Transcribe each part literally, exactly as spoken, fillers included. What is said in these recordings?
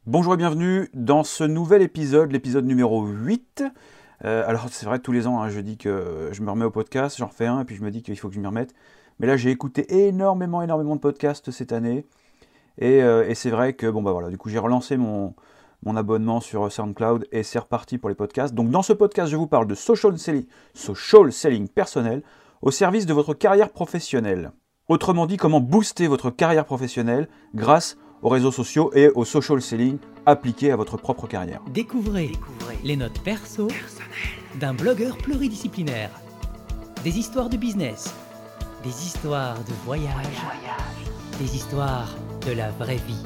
Bonjour et bienvenue dans ce nouvel épisode, l'épisode numéro huit. Euh, alors c'est vrai, tous les ans, hein, je dis que je me remets au podcast, j'en refais un, et puis je me dis qu'il faut que je m'y remette. Mais là, j'ai écouté énormément, énormément de podcasts cette année. Et, euh, et c'est vrai que, bon bah voilà, du coup j'ai relancé mon, mon abonnement sur SoundCloud et c'est reparti pour les podcasts. Donc dans ce podcast, je vous parle de social selling, social selling personnel au service de votre carrière professionnelle. Autrement dit, comment booster votre carrière professionnelle grâce aux réseaux sociaux et au social selling appliqué à votre propre carrière. Découvrez, Découvrez les notes perso d'un blogueur pluridisciplinaire. Des histoires de business, des histoires de voyage, voyage. Des histoires de la vraie vie.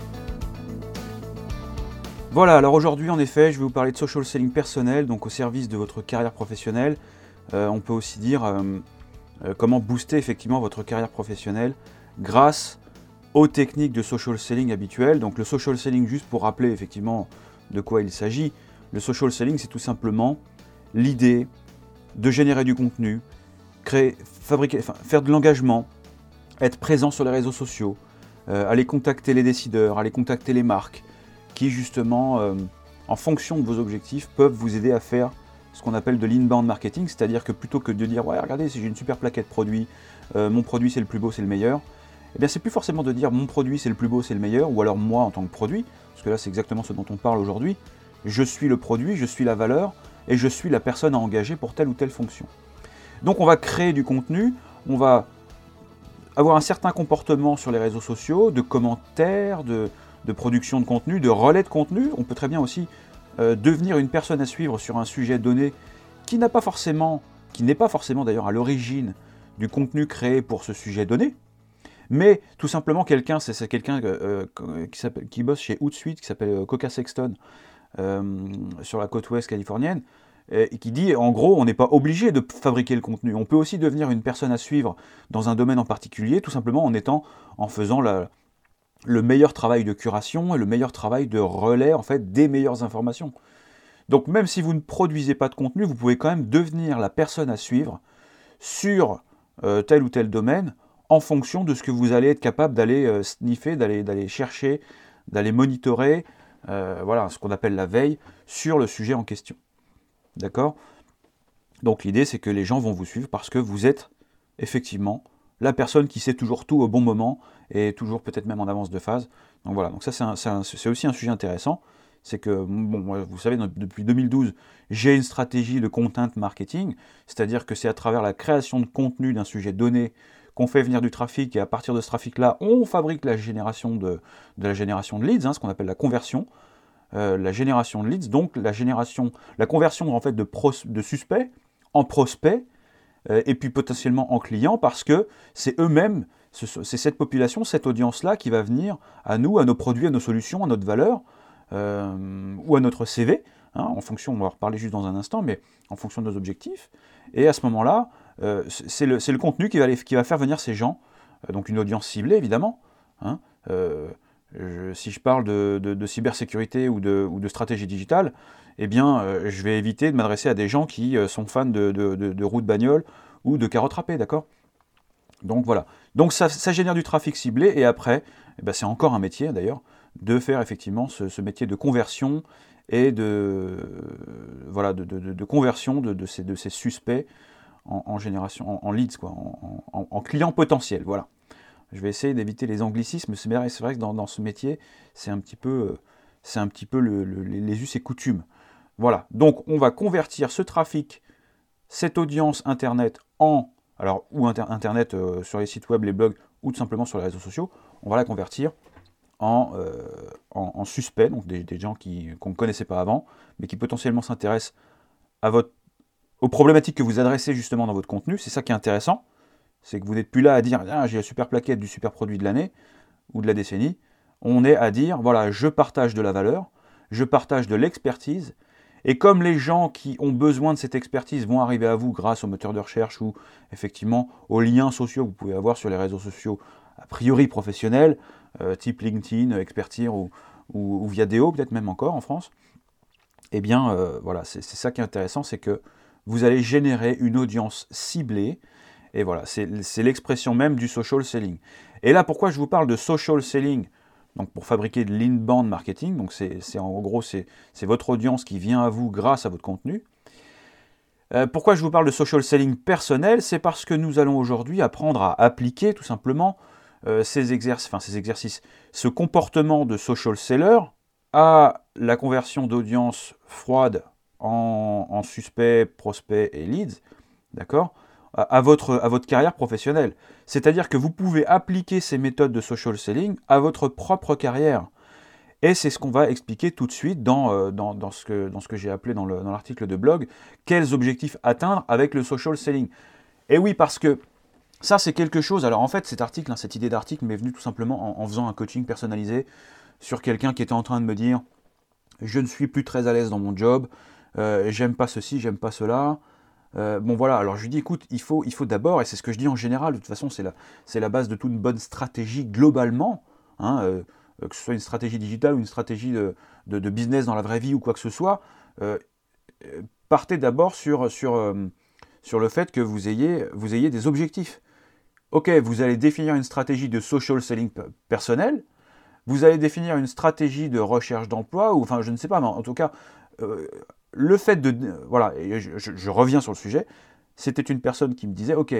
Voilà, alors aujourd'hui en effet, je vais vous parler de social selling personnel, donc au service de votre carrière professionnelle. Euh, on peut aussi dire euh, euh, comment booster effectivement votre carrière professionnelle grâce aux techniques de social selling habituelles. Donc le social selling, juste pour rappeler effectivement de quoi il s'agit, le social selling c'est tout simplement l'idée de générer du contenu, créer, fabriquer, enfin, faire de l'engagement, être présent sur les réseaux sociaux, euh, aller contacter les décideurs, aller contacter les marques, qui justement, euh, en fonction de vos objectifs, peuvent vous aider à faire ce qu'on appelle de l'inbound marketing, c'est-à-dire que plutôt que de dire « ouais, regardez, si j'ai une super plaquette produit, euh, mon produit c'est le plus beau, c'est le meilleur », eh bien c'est plus forcément de dire « mon produit c'est le plus beau, c'est le meilleur », ou alors moi en tant que produit, parce que là c'est exactement ce dont on parle aujourd'hui, je suis le produit, je suis la valeur, et je suis la personne à engager pour telle ou telle fonction. Donc on va créer du contenu, on va avoir un certain comportement sur les réseaux sociaux, de commentaires, de, de production de contenu, de relais de contenu. On peut très bien aussi euh, devenir une personne à suivre sur un sujet donné qui n'a pas forcément, qui n'est pas forcément d'ailleurs à l'origine du contenu créé pour ce sujet donné, mais tout simplement quelqu'un, c'est, c'est quelqu'un euh, qui, qui bosse chez Hootsuite, qui s'appelle euh, Coca Sexton, euh, sur la côte ouest californienne, et qui dit, en gros, on n'est pas obligé de fabriquer le contenu. On peut aussi devenir une personne à suivre dans un domaine en particulier, tout simplement en étant, en faisant la, le meilleur travail de curation et le meilleur travail de relais, en fait, des meilleures informations. Donc, même si vous ne produisez pas de contenu, vous pouvez quand même devenir la personne à suivre sur euh, tel ou tel domaine, en fonction de ce que vous allez être capable d'aller euh, sniffer, d'aller, d'aller chercher, d'aller monitorer, euh, voilà, ce qu'on appelle la veille, sur le sujet en question. D'accord ? Donc l'idée, c'est que les gens vont vous suivre parce que vous êtes effectivement la personne qui sait toujours tout au bon moment et toujours peut-être même en avance de phase. Donc voilà, donc ça c'est, un, c'est, un, c'est aussi un sujet intéressant. C'est que, bon, moi, vous savez, depuis deux mille douze, j'ai une stratégie de content marketing, c'est-à-dire que c'est à travers la création de contenu d'un sujet donné qu'on fait venir du trafic, et à partir de ce trafic-là, on fabrique la génération de, de la génération de leads, hein, ce qu'on appelle la conversion. Euh, la génération de leads, donc la génération, la conversion en fait de, pros, de suspects en prospects, euh, et puis potentiellement en clients, parce que c'est eux-mêmes, c'est, c'est cette population, cette audience-là qui va venir à nous, à nos produits, à nos solutions, à notre valeur, euh, ou à notre C V, hein, en fonction, on va en reparler juste dans un instant, mais en fonction de nos objectifs. Et à ce moment-là, euh, c'est, le, c'est le contenu qui va, les, qui va faire venir ces gens, euh, donc une audience ciblée évidemment, hein, euh, Je, si je parle de, de, de cybersécurité ou de, ou de stratégie digitale, eh bien, euh, je vais éviter de m'adresser à des gens qui euh, sont fans de, de, de, de roues de bagnole ou de carottes râpées, d'accord ? Donc voilà. Donc ça, ça génère du trafic ciblé, et après, eh ben, c'est encore un métier d'ailleurs, de faire effectivement ce, ce métier de conversion et de, euh, voilà, de, de, de, de conversion de, de, ces, de ces suspects en, en génération, en, en leads, quoi, en, en, en clients potentiels, voilà. Je vais essayer d'éviter les anglicismes, c'est vrai, c'est vrai que dans, dans ce métier, c'est un petit peu, c'est un petit peu le, le, les us et coutumes. Voilà, donc on va convertir ce trafic, cette audience Internet en, alors ou inter, Internet euh, sur les sites web, les blogs, ou tout simplement sur les réseaux sociaux, on va la convertir en, euh, en, en suspects, donc des, des gens qui, qu'on ne connaissait pas avant, mais qui potentiellement s'intéressent à votre, aux problématiques que vous adressez justement dans votre contenu. C'est ça qui est intéressant. C'est que vous n'êtes plus là à dire ah, « j'ai la super plaquette du super produit de l'année ou de la décennie ». On est à dire « voilà, je partage de la valeur, je partage de l'expertise ». Et comme les gens qui ont besoin de cette expertise vont arriver à vous grâce aux moteurs de recherche ou effectivement aux liens sociaux que vous pouvez avoir sur les réseaux sociaux a priori professionnels, euh, type LinkedIn, Expertire ou, ou, ou Viadeo peut-être même encore en France, eh bien euh, voilà, c'est, c'est ça qui est intéressant, c'est que vous allez générer une audience ciblée. Et voilà, c'est, c'est l'expression même du social selling. Et là, pourquoi je vous parle de social selling donc pour fabriquer de l'inbound marketing, donc c'est en gros c'est votre audience qui vient à vous grâce à votre contenu. Euh, pourquoi je vous parle de social selling personnel? C'est parce que nous allons aujourd'hui apprendre à appliquer tout simplement euh, ces, exercices, enfin, ces exercices, ce comportement de social seller à la conversion d'audience froide en, en suspect, prospect et leads, d'accord, à, à, votre, à votre carrière professionnelle. C'est-à-dire que vous pouvez appliquer ces méthodes de social selling à votre propre carrière. Et c'est ce qu'on va expliquer tout de suite dans, euh, dans, dans ce que, dans ce que j'ai appelé dans l'article de blog, quels objectifs atteindre avec le social selling. Et oui, parce que ça, c'est quelque chose. Alors en fait, cet article, hein, cette idée d'article m'est venue tout simplement en, en faisant un coaching personnalisé sur quelqu'un qui était en train de me dire « Je ne suis plus très à l'aise dans mon job, euh, j'aime pas ceci, j'aime pas cela. Euh, » Bon voilà, alors je lui dis « Écoute, il faut, il faut d'abord, et c'est ce que je dis en général, de toute façon, c'est la, c'est la base de toute une bonne stratégie globalement, hein, euh, que ce soit une stratégie digitale ou une stratégie de, de, de business dans la vraie vie ou quoi que ce soit, euh, partez d'abord sur, sur, euh, sur le fait que vous ayez, vous ayez des objectifs. Ok, vous allez définir une stratégie de social selling personnel, vous allez définir une stratégie de recherche d'emploi, ou enfin je ne sais pas, mais en tout cas, euh, le fait de... Voilà, et je, je, je reviens sur le sujet, c'était une personne qui me disait, ok,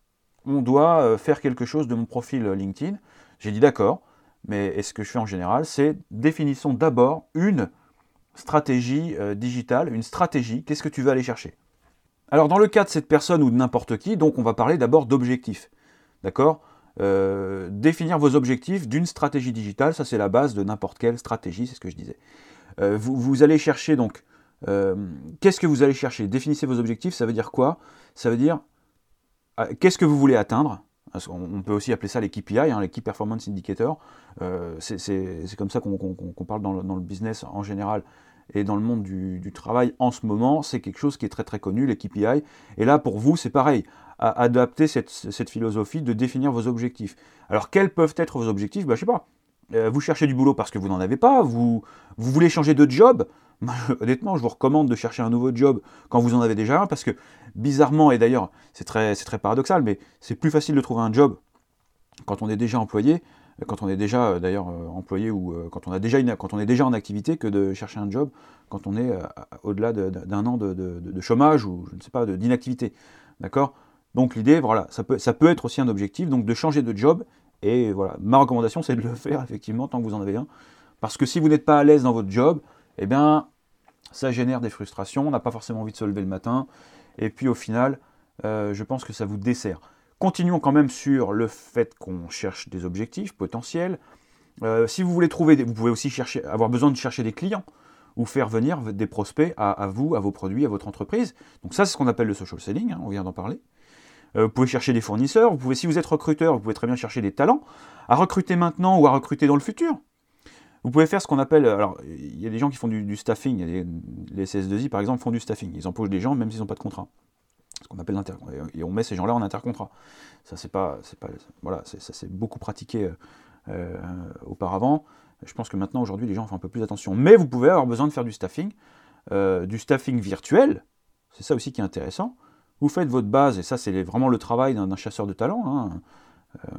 on doit faire quelque chose de mon profil LinkedIn. J'ai dit d'accord, mais et ce que je fais en général, c'est définissons d'abord une stratégie euh, digitale, une stratégie, qu'est-ce que tu veux aller chercher? Alors dans le cas de cette personne ou de n'importe qui, donc on va parler d'abord d'objectifs, d'accord? euh, Définir vos objectifs d'une stratégie digitale, ça c'est la base de n'importe quelle stratégie, c'est ce que je disais. Euh, vous, vous allez chercher donc, euh, qu'est-ce que vous allez chercher? Définissez vos objectifs, ça veut dire quoi? Ça veut dire, euh, qu'est-ce que vous voulez atteindre? On peut aussi appeler ça les K P I, hein, les Key Performance Indicators. Euh, c'est comme ça qu'on qu'on, qu'on parle dans le, dans le business en général et dans le monde du, du travail en ce moment. C'est quelque chose qui est très très connu, les K P I. Et là, pour vous, c'est pareil. À adapter cette, cette philosophie de définir vos objectifs. Alors, quels peuvent être vos objectifs? Ben, je sais pas. Euh, vous cherchez du boulot parce que vous n'en avez pas. Vous, vous voulez changer de job. Honnêtement, je vous recommande de chercher un nouveau job quand vous en avez déjà un, parce que bizarrement, et d'ailleurs c'est très, c'est très paradoxal, mais c'est plus facile de trouver un job quand on est déjà employé, quand on est déjà d'ailleurs employé ou quand on, a déjà une, quand on est déjà en activité, que de chercher un job quand on est au-delà d'un an de, de, de chômage ou je ne sais pas, d'inactivité. D'accord? Donc l'idée, voilà, ça peut, ça peut être aussi un objectif, donc de changer de job, et voilà, ma recommandation c'est de le faire effectivement tant que vous en avez un, parce que si vous n'êtes pas à l'aise dans votre job, eh bien, ça génère des frustrations, on n'a pas forcément envie de se lever le matin, et puis au final, euh, je pense que ça vous dessert. Continuons quand même sur le fait qu'on cherche des objectifs potentiels. Euh, si vous voulez trouver, des, vous pouvez aussi chercher, avoir besoin de chercher des clients, ou faire venir des prospects à, à vous, à vos produits, à votre entreprise. Donc ça, c'est ce qu'on appelle le social selling, hein, on vient d'en parler. Euh, vous pouvez chercher des fournisseurs, vous pouvez, si vous êtes recruteur, vous pouvez très bien chercher des talents, à recruter maintenant ou à recruter dans le futur. Vous pouvez faire ce qu'on appelle, alors il y a des gens qui font du, du staffing, il y a des, les S S deux I par exemple font du staffing, ils embauchent des gens même s'ils n'ont pas de contrat, ce qu'on appelle l'inter, et on met ces gens-là en intercontrat. Ça c'est pas, c'est pas, voilà, ça c'est beaucoup pratiqué euh, auparavant. Je pense que maintenant aujourd'hui les gens font un peu plus attention, mais vous pouvez avoir besoin de faire du staffing, euh, du staffing virtuel, c'est ça aussi qui est intéressant. Vous faites votre base, et ça c'est vraiment le travail d'un chasseur de talent, hein. euh,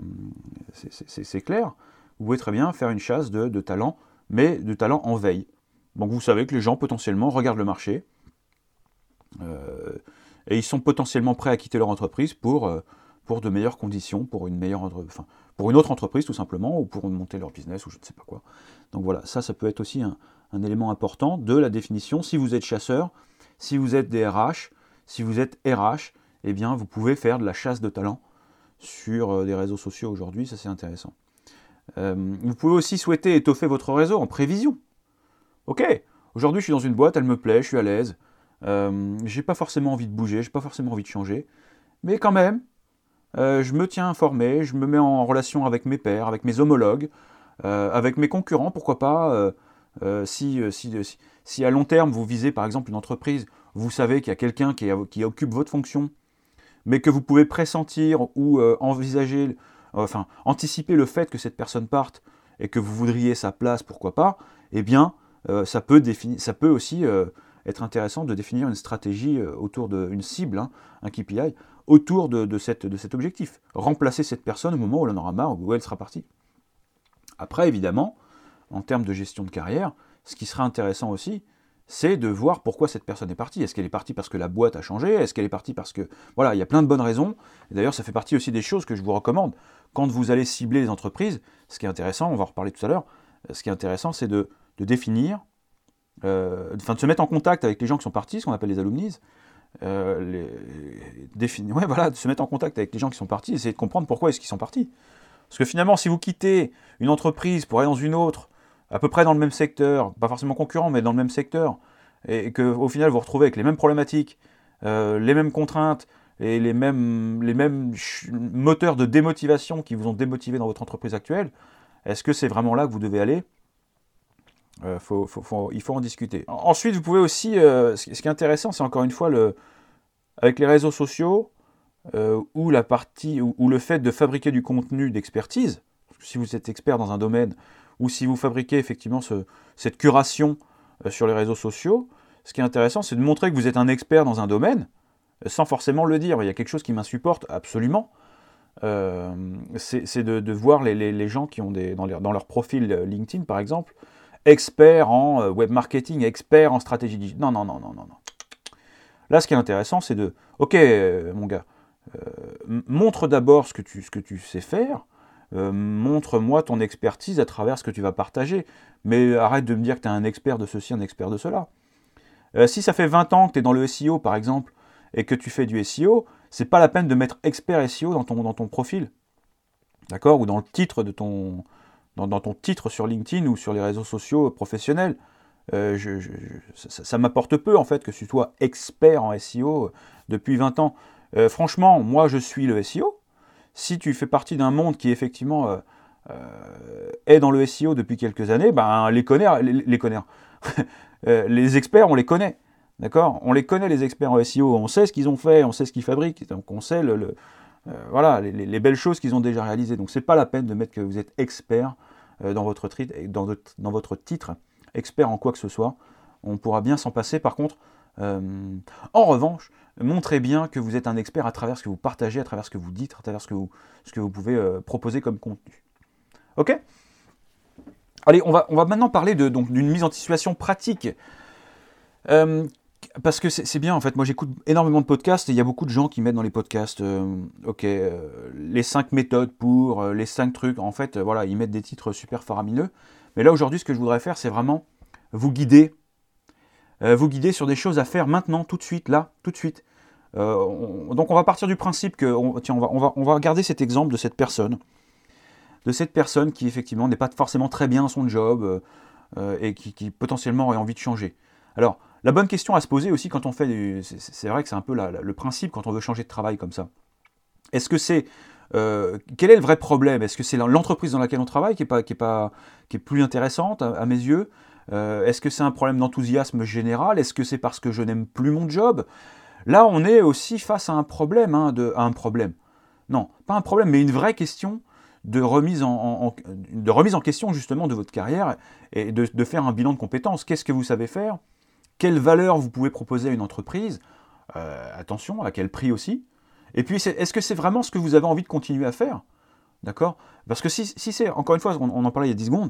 c'est clair. Vous pouvez très bien faire une chasse de, de talents, mais de talents en veille. Donc vous savez que les gens potentiellement regardent le marché, euh, et ils sont potentiellement prêts à quitter leur entreprise pour, euh, pour de meilleures conditions, pour une, meilleure entre... enfin, pour une autre entreprise tout simplement, ou pour monter leur business, ou je ne sais pas quoi. Donc voilà, ça, ça peut être aussi un, un élément important de la définition. Si vous êtes chasseur, si vous êtes des R H, si vous êtes R H, eh bien vous pouvez faire de la chasse de talents sur euh, des réseaux sociaux aujourd'hui, ça c'est intéressant. Euh, vous pouvez aussi souhaiter étoffer votre réseau en prévision. Ok, aujourd'hui je suis dans une boîte, elle me plaît, je suis à l'aise, euh, j'ai pas forcément envie de bouger, j'ai pas forcément envie de changer, mais quand même, euh, je me tiens informé, je me mets en relation avec mes pairs, avec mes homologues, euh, avec mes concurrents, pourquoi pas, euh, euh, si, si, si, si à long terme vous visez par exemple une entreprise, vous savez qu'il y a quelqu'un qui, qui occupe votre fonction, mais que vous pouvez pressentir ou euh, envisager... enfin, anticiper le fait que cette personne parte et que vous voudriez sa place, pourquoi pas, eh bien, euh, ça, peut ça peut aussi euh, être intéressant de définir une stratégie euh, autour d'une cible, hein, un K P I, autour de, de, cette, de cet objectif. Remplacer cette personne au moment où elle en aura marre, où elle sera partie. Après, évidemment, en termes de gestion de carrière, ce qui serait intéressant aussi, c'est de voir pourquoi cette personne est partie. Est-ce qu'elle est partie parce que la boîte a changé? Est-ce qu'elle est partie parce que... Voilà, il y a plein de bonnes raisons. Et d'ailleurs, ça fait partie aussi des choses que je vous recommande. Quand vous allez cibler les entreprises, ce qui est intéressant, on va en reparler tout à l'heure, ce qui est intéressant, c'est de, de définir, euh, enfin de se mettre en contact avec les gens qui sont partis, ce qu'on appelle les alumnis, euh, les, définir, ouais, voilà, de se mettre en contact avec les gens qui sont partis, essayer de comprendre pourquoi est-ce qu'ils sont partis. Parce que finalement, si vous quittez une entreprise pour aller dans une autre, à peu près dans le même secteur, pas forcément concurrent, mais dans le même secteur, et qu'au final vous vous retrouvez avec les mêmes problématiques, euh, les mêmes contraintes, et les mêmes, les mêmes moteurs de démotivation qui vous ont démotivé dans votre entreprise actuelle, est-ce que c'est vraiment là que vous devez aller? euh, faut, faut, faut, Il faut en discuter. Ensuite, vous pouvez aussi, euh, ce qui est intéressant, c'est encore une fois, le, avec les réseaux sociaux, euh, ou, la partie, ou, ou le fait de fabriquer du contenu d'expertise, si vous êtes expert dans un domaine, ou si vous fabriquez effectivement ce, cette curation euh, sur les réseaux sociaux, ce qui est intéressant, c'est de montrer que vous êtes un expert dans un domaine, euh, sans forcément le dire. Il y a quelque chose qui m'insupporte absolument, euh, c'est de, de voir les, les, les gens qui ont des, dans, les, dans leur profil LinkedIn, par exemple, experts en euh, web marketing, experts en stratégie digitale. Non, non, non, non, non, non. Là, ce qui est intéressant, c'est de, ok, euh, mon gars, euh, montre d'abord ce que tu, ce que tu sais faire. Euh, montre-moi ton expertise à travers ce que tu vas partager. Mais arrête de me dire que tu es un expert de ceci, un expert de cela. Euh, si ça fait vingt ans que tu es dans le S E O, par exemple, et que tu fais du S E O, c'est pas la peine de mettre expert S E O dans ton, dans ton profil. D'accord? Ou dans le titre de ton, dans, dans ton titre sur LinkedIn ou sur les réseaux sociaux professionnels. Euh, je, je, ça ça m'apporte peu, en fait, que tu sois expert en S E O depuis vingt ans. Euh, franchement, moi, je suis le S E O. Si tu fais partie d'un monde qui effectivement euh, euh, est dans le S E O depuis quelques années, ben les connaît, les, les, connaît. euh, les experts, on les connaît, d'accord? On les connaît, les experts en S E O, on sait ce qu'ils ont fait, on sait ce qu'ils fabriquent, donc on sait le, le, euh, voilà, les, les belles choses qu'ils ont déjà réalisées. Donc c'est pas la peine de mettre que vous êtes expert euh, dans, votre dans, de, dans votre titre, expert en quoi que ce soit. On pourra bien s'en passer. Par contre, euh, en revanche, montrez bien que vous êtes un expert à travers ce que vous partagez, à travers ce que vous dites, à travers ce que vous, ce que vous pouvez euh, proposer comme contenu. Ok? Allez, on va, on va maintenant parler de, donc, d'une mise en situation pratique. Euh, parce que c'est, c'est bien, en fait, moi j'écoute énormément de podcasts et il y a beaucoup de gens qui mettent dans les podcasts, euh, ok, euh, les cinq méthodes pour, euh, les cinq trucs, en fait, euh, voilà, ils mettent des titres super faramineux. Mais là, aujourd'hui, ce que je voudrais faire, c'est vraiment vous guider, euh, vous guider sur des choses à faire maintenant, tout de suite, là, tout de suite. Euh, on, donc on va partir du principe que, on, tiens, on va, on, va, on va regarder cet exemple de cette personne, de cette personne qui effectivement n'est pas forcément très bien à son job euh, euh, et qui, qui potentiellement aurait envie de changer. Alors, la bonne question à se poser aussi quand on fait du... C'est, c'est vrai que c'est un peu la, la, le principe quand on veut changer de travail comme ça. Est-ce que c'est... Euh, quel est le vrai problème? Est-ce que c'est l'entreprise dans laquelle on travaille qui est, pas, qui est, pas, qui est plus intéressante à, à mes yeux? euh, Est-ce que c'est un problème d'enthousiasme général? Est-ce que c'est parce que je n'aime plus mon job? Là, on est aussi face à un problème, hein, de, à un problème. Non, pas un problème, mais une vraie question de remise en, en, de remise en question justement de votre carrière et de, de faire un bilan de compétences. Qu'est-ce que vous savez faire? Quelle valeur vous pouvez proposer à une entreprise? euh, Attention, à quel prix aussi? Et puis, c'est, est-ce que c'est vraiment ce que vous avez envie de continuer à faire? D'accord? Parce que si, si c'est, encore une fois, on, on en parlait il y a dix secondes,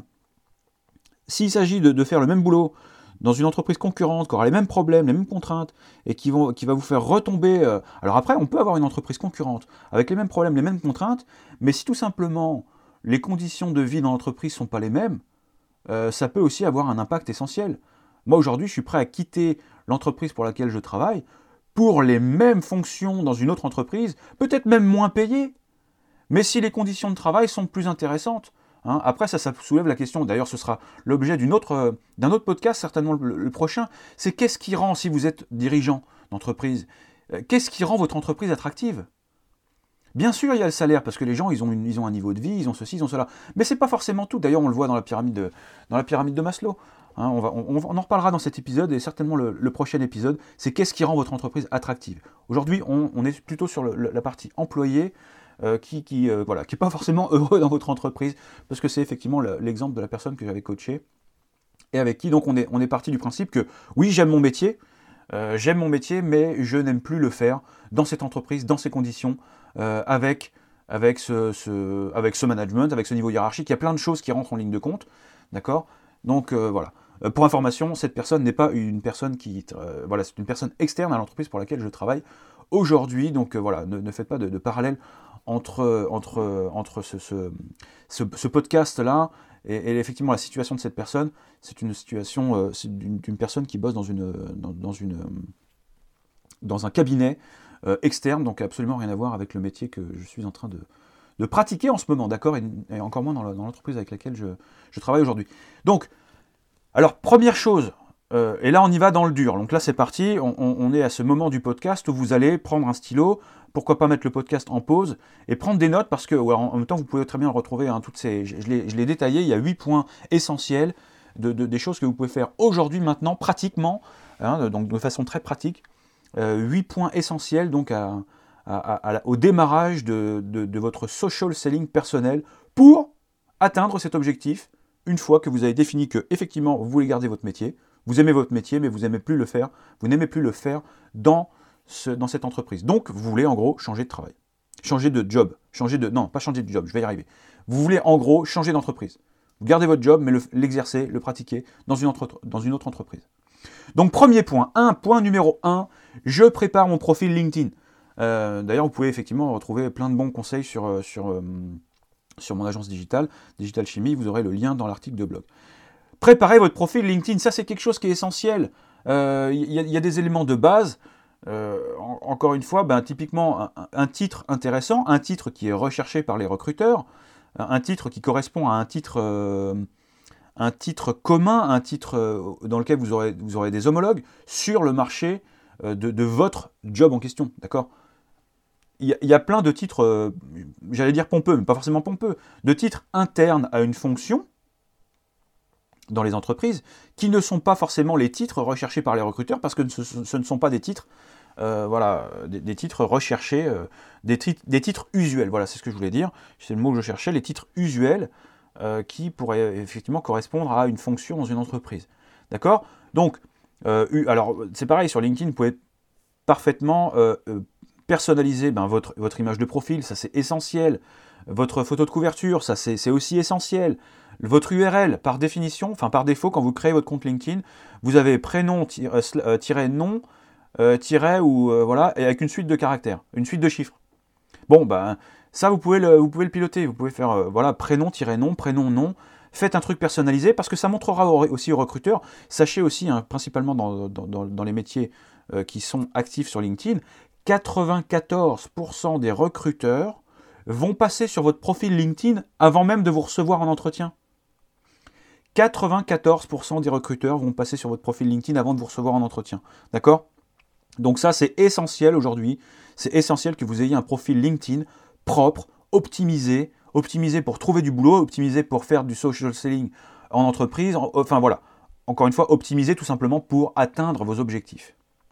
s'il s'agit de, de faire le même boulot dans une entreprise concurrente, qui aura les mêmes problèmes, les mêmes contraintes, et qui, vont, qui va vous faire retomber... Euh, alors après, on peut avoir une entreprise concurrente, avec les mêmes problèmes, les mêmes contraintes, mais si tout simplement les conditions de vie dans l'entreprise ne sont pas les mêmes, euh, ça peut aussi avoir un impact essentiel. Moi, aujourd'hui, je suis prêt à quitter l'entreprise pour laquelle je travaille, pour les mêmes fonctions dans une autre entreprise, peut-être même moins payées, mais si les conditions de travail sont plus intéressantes. Hein, après, ça, ça soulève la question, d'ailleurs ce sera l'objet d'une autre, euh, d'un autre podcast, certainement le, le prochain, c'est qu'est-ce qui rend, si vous êtes dirigeant d'entreprise, euh, qu'est-ce qui rend votre entreprise attractive? Bien sûr, il y a le salaire, parce que les gens, ils ont, une, ils ont un niveau de vie, ils ont ceci, ils ont cela, mais c'est pas forcément tout, d'ailleurs on le voit dans la pyramide de, dans la pyramide de Maslow. Hein, on, va, on, on en reparlera dans cet épisode, et certainement le, le prochain épisode, c'est qu'est-ce qui rend votre entreprise attractive. Aujourd'hui, on, on est plutôt sur le, le, la partie employé, Euh, qui qui euh, voilà, qui est pas forcément heureux dans votre entreprise, parce que c'est effectivement le, l'exemple de la personne que j'avais coachée, et avec qui donc on est, on est parti du principe que oui, j'aime mon métier, euh, j'aime mon métier, mais je n'aime plus le faire dans cette entreprise, dans ces conditions, euh, avec, avec, ce, ce, avec ce management, avec ce niveau hiérarchique. Il y a plein de choses qui rentrent en ligne de compte. d'accord? Donc euh, voilà. Euh, pour information, cette personne n'est pas une personne qui... Euh, voilà, c'est une personne externe à l'entreprise pour laquelle je travaille aujourd'hui. Donc euh, voilà, ne, ne faites pas de, de parallèle entre, entre, entre ce, ce, ce, ce podcast-là et, et effectivement la situation de cette personne. C'est une situation euh, c'est d'une, d'une personne qui bosse dans, une, dans, dans, une, dans un cabinet euh, externe, donc absolument rien à voir avec le métier que je suis en train de, de pratiquer en ce moment, d'accord, et, et encore moins dans, la, dans l'entreprise avec laquelle je, je travaille aujourd'hui. Donc, alors, première chose, euh, et là on y va dans le dur, donc là c'est parti, on, on, on est à ce moment du podcast où vous allez prendre un stylo, pourquoi pas mettre le podcast en pause, et prendre des notes, parce que ouais, en, en même temps vous pouvez très bien retrouver, hein, toutes ces, je, je, l'ai, je l'ai détaillé, il y a huit points essentiels, de, de, des choses que vous pouvez faire aujourd'hui, maintenant, pratiquement, hein, donc de façon très pratique, euh, huit points essentiels donc à, à, à, à, au démarrage de, de, de votre social selling personnel pour atteindre cet objectif. Une fois que vous avez défini que, effectivement, vous voulez garder votre métier, vous aimez votre métier, mais vous n'aimez plus le faire, vous n'aimez plus le faire dans, ce, dans cette entreprise. Donc, vous voulez, en gros, changer de travail. Changer de job. Changer de... Non, pas changer de job, je vais y arriver. Vous voulez, en gros, changer d'entreprise. Vous gardez votre job, mais le, l'exercer, le pratiquer dans une, entre, dans une autre entreprise. Donc, premier point. Un, point numéro un, je prépare mon profil LinkedIn. Euh, d'ailleurs, vous pouvez effectivement retrouver plein de bons conseils sur... sur euh, sur mon agence digitale, Digital Chimie, vous aurez le lien dans l'article de blog. Préparez votre profil LinkedIn, ça c'est quelque chose qui est essentiel. Il euh, y, y a des éléments de base. Euh, en, encore une fois, ben, typiquement un, un titre intéressant, un titre qui est recherché par les recruteurs, un titre qui correspond à un titre, euh, un titre commun, un titre euh, dans lequel vous aurez, vous aurez des homologues sur le marché euh, de, de votre job en question, d'accord ? Il y, y a plein de titres, euh, j'allais dire pompeux, mais pas forcément pompeux, de titres internes à une fonction dans les entreprises, qui ne sont pas forcément les titres recherchés par les recruteurs, parce que ce, ce ne sont pas des titres, euh, voilà, des, des titres recherchés, euh, des, tri- des titres usuels, voilà, c'est ce que je voulais dire, c'est le mot que je cherchais, les titres usuels, euh, qui pourraient effectivement correspondre à une fonction dans une entreprise. D'accord ? Donc, euh, alors, c'est pareil, sur LinkedIn, vous pouvez parfaitement... Euh, euh, personnaliser ben, votre, votre image de profil, ça c'est essentiel. Votre photo de couverture, ça c'est, c'est aussi essentiel. Votre U R L, par définition, enfin par défaut, quand vous créez votre compte LinkedIn, vous avez prénom, tiret, tiret nom, euh, tiret, ou euh, voilà, et avec une suite de caractères, une suite de chiffres. Bon, ben, ça vous pouvez le, vous pouvez le piloter, vous pouvez faire, euh, voilà, prénom, tiret, nom, prénom, nom. Faites un truc personnalisé, parce que ça montrera aussi aux recruteurs. Sachez aussi, hein, principalement dans, dans, dans, dans les métiers euh, qui sont actifs sur LinkedIn, quatre-vingt-quatorze pour cent des recruteurs vont passer sur votre profil LinkedIn avant même de vous recevoir en entretien. quatre-vingt-quatorze pour cent des recruteurs vont passer sur votre profil LinkedIn avant de vous recevoir en entretien. D'accord ? Donc ça, c'est essentiel aujourd'hui. C'est essentiel que vous ayez un profil LinkedIn propre, optimisé, optimisé pour trouver du boulot, optimisé pour faire du social selling en entreprise. Enfin voilà, encore une fois, optimisé tout simplement pour atteindre vos objectifs.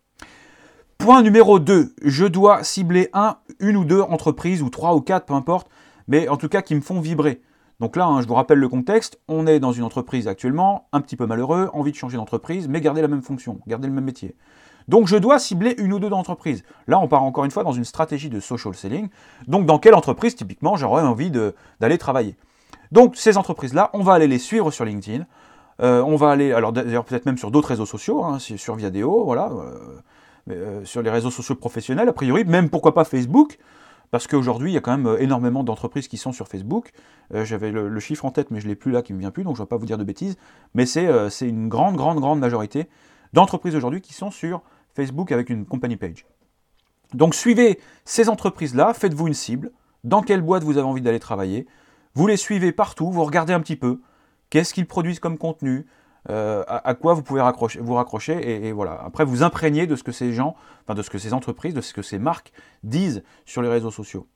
Point numéro deux, je dois cibler un, une ou deux entreprises, ou trois ou quatre, peu importe, mais en tout cas qui me font vibrer. Donc là, hein, je vous rappelle le contexte, on est dans une entreprise actuellement, un petit peu malheureux, envie de changer d'entreprise, mais garder la même fonction, garder le même métier. Donc je dois cibler une ou deux entreprises. Là, on part encore une fois dans une stratégie de social selling. Donc dans quelle entreprise, typiquement, j'aurais envie de, d'aller travailler. Donc ces entreprises-là, on va aller les suivre sur LinkedIn. Euh, on va aller, alors d'ailleurs peut-être même sur d'autres réseaux sociaux, hein, sur Viadeo, voilà... Euh, Euh, sur les réseaux sociaux professionnels, a priori, même pourquoi pas Facebook, parce qu'aujourd'hui, il y a quand même énormément d'entreprises qui sont sur Facebook. Euh, j'avais le, le chiffre en tête, mais je ne l'ai plus là, qui ne me vient plus, donc je ne vais pas vous dire de bêtises, mais c'est, euh, c'est une grande, grande, grande majorité d'entreprises aujourd'hui qui sont sur Facebook avec une company page. Donc suivez ces entreprises-là, faites-vous une cible, dans quelle boîte vous avez envie d'aller travailler, vous les suivez partout, vous regardez un petit peu, qu'est-ce qu'ils produisent comme contenu, Euh, à, à quoi vous pouvez raccrocher, vous raccrocher et, et voilà. Après, vous imprégnez de ce que ces gens, enfin de ce que ces entreprises, de ce que ces marques disent sur les réseaux sociaux.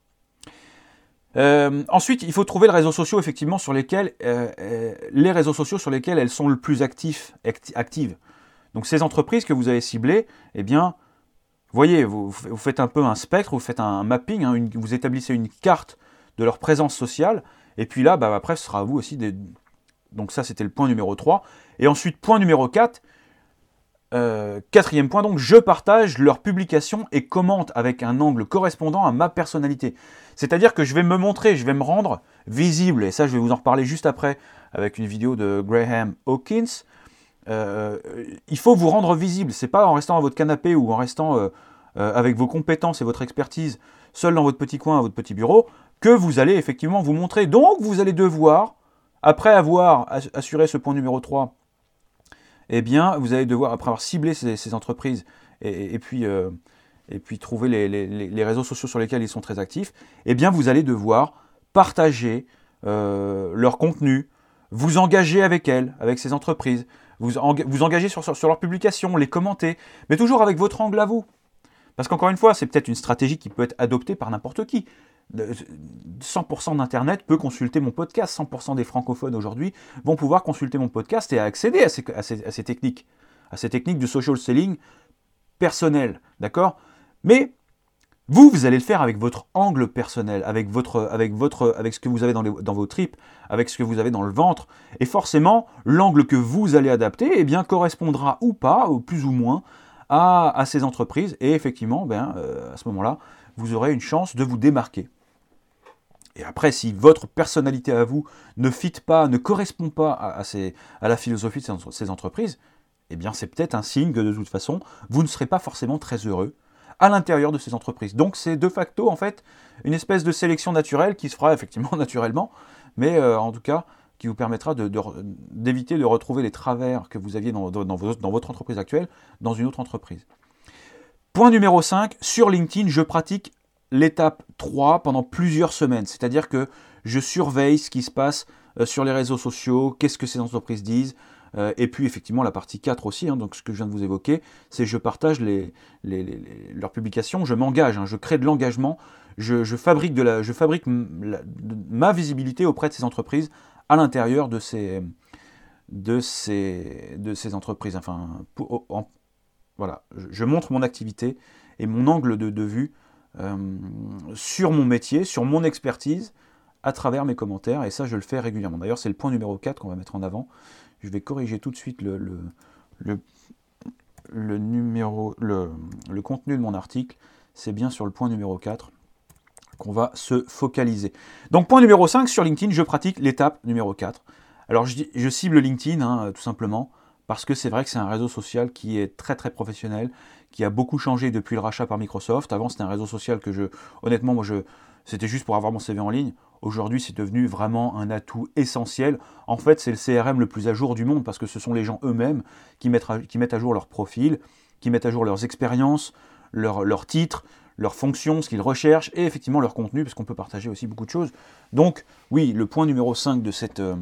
Euh, ensuite, il faut trouver les réseaux sociaux effectivement sur lesquels euh, euh, les réseaux sociaux sur lesquels elles sont le plus actifs, acti- actives. Donc ces entreprises que vous avez ciblées, eh bien, voyez, vous, vous faites un peu un spectre, vous faites un mapping, hein, une, vous établissez une carte de leur présence sociale, et puis là, bah, après, ce sera à vous aussi des... Donc ça, c'était le point numéro trois. Et ensuite, point numéro quatre, Euh, quatrième point, donc, je partage leurs publications et commente avec un angle correspondant à ma personnalité. C'est-à-dire que je vais me montrer, je vais me rendre visible, et ça je vais vous en reparler juste après avec une vidéo de Graham Hawkins. Euh, il faut vous rendre visible, c'est pas en restant à votre canapé ou en restant euh, euh, avec vos compétences et votre expertise seul dans votre petit coin, à votre petit bureau, que vous allez effectivement vous montrer. Donc vous allez devoir, après avoir assuré ce point numéro trois, eh bien, vous allez devoir, après avoir ciblé ces, ces entreprises et, et, puis, euh, et puis trouver les, les, les réseaux sociaux sur lesquels ils sont très actifs, eh bien, vous allez devoir partager euh, leur contenu, vous engager avec elles, avec ces entreprises, vous, en, vous engager sur, sur, sur leurs publications, les commenter, mais toujours avec votre angle à vous. Parce qu'encore une fois, c'est peut-être une stratégie qui peut être adoptée par n'importe qui. cent pour cent d'Internet peut consulter mon podcast. cent pour cent des francophones aujourd'hui vont pouvoir consulter mon podcast et accéder à ces, à ces, à ces techniques, à ces techniques de social selling personnel, d'accord ? Mais vous, vous allez le faire avec votre angle personnel, avec, votre, avec, votre, avec ce que vous avez dans, les, dans vos tripes, avec ce que vous avez dans le ventre. Et forcément, l'angle que vous allez adapter eh bien, correspondra ou pas, ou plus ou moins, à, à ces entreprises. Et effectivement, ben, euh, à ce moment-là, vous aurez une chance de vous démarquer. Et après, si votre personnalité à vous ne fit pas, ne correspond pas à, à, ces, à la philosophie de ces entreprises, eh bien c'est peut-être un signe que de toute façon, vous ne serez pas forcément très heureux à l'intérieur de ces entreprises. Donc c'est de facto en fait une espèce de sélection naturelle qui se fera effectivement naturellement, mais euh, en tout cas qui vous permettra de, de, d'éviter de retrouver les travers que vous aviez dans, dans, vos, dans votre entreprise actuelle dans une autre entreprise. Point numéro cinq, sur LinkedIn, je pratique l'étape trois pendant plusieurs semaines. C'est-à-dire que je surveille ce qui se passe sur les réseaux sociaux, qu'est-ce que ces entreprises disent, euh, et puis effectivement la partie quatre aussi, hein, donc ce que je viens de vous évoquer, c'est je partage les, les, les, les, leurs publications, je m'engage, hein, je crée de l'engagement, je, je fabrique, de la, je fabrique la, de, ma visibilité auprès de ces entreprises à l'intérieur de ces, de ces, de ces entreprises. Enfin, pour, en, voilà, je, je montre mon activité et mon angle de, de vue Euh, sur mon métier, sur mon expertise, à travers mes commentaires, et ça je le fais régulièrement. D'ailleurs c'est le point numéro quatre qu'on va mettre en avant. Je vais corriger tout de suite le, le, le, le, numéro, le, le contenu de mon article, c'est bien sur le point numéro quatre qu'on va se focaliser. Donc point numéro cinq, sur LinkedIn, je pratique l'étape numéro quatre. Alors je, je cible LinkedIn, hein, tout simplement, parce que c'est vrai que c'est un réseau social qui est très très professionnel, qui a beaucoup changé depuis le rachat par Microsoft. Avant, c'était un réseau social que je, honnêtement, moi, je, c'était juste pour avoir mon C V en ligne. Aujourd'hui, c'est devenu vraiment un atout essentiel. En fait, c'est le C R M le plus à jour du monde, parce que ce sont les gens eux-mêmes qui mettent à, qui mettent à jour leur profil, qui mettent à jour leurs expériences, leurs leur titres, leurs fonctions, ce qu'ils recherchent, et effectivement leur contenu, parce qu'on peut partager aussi beaucoup de choses. Donc, oui, le point numéro cinq de cette, euh,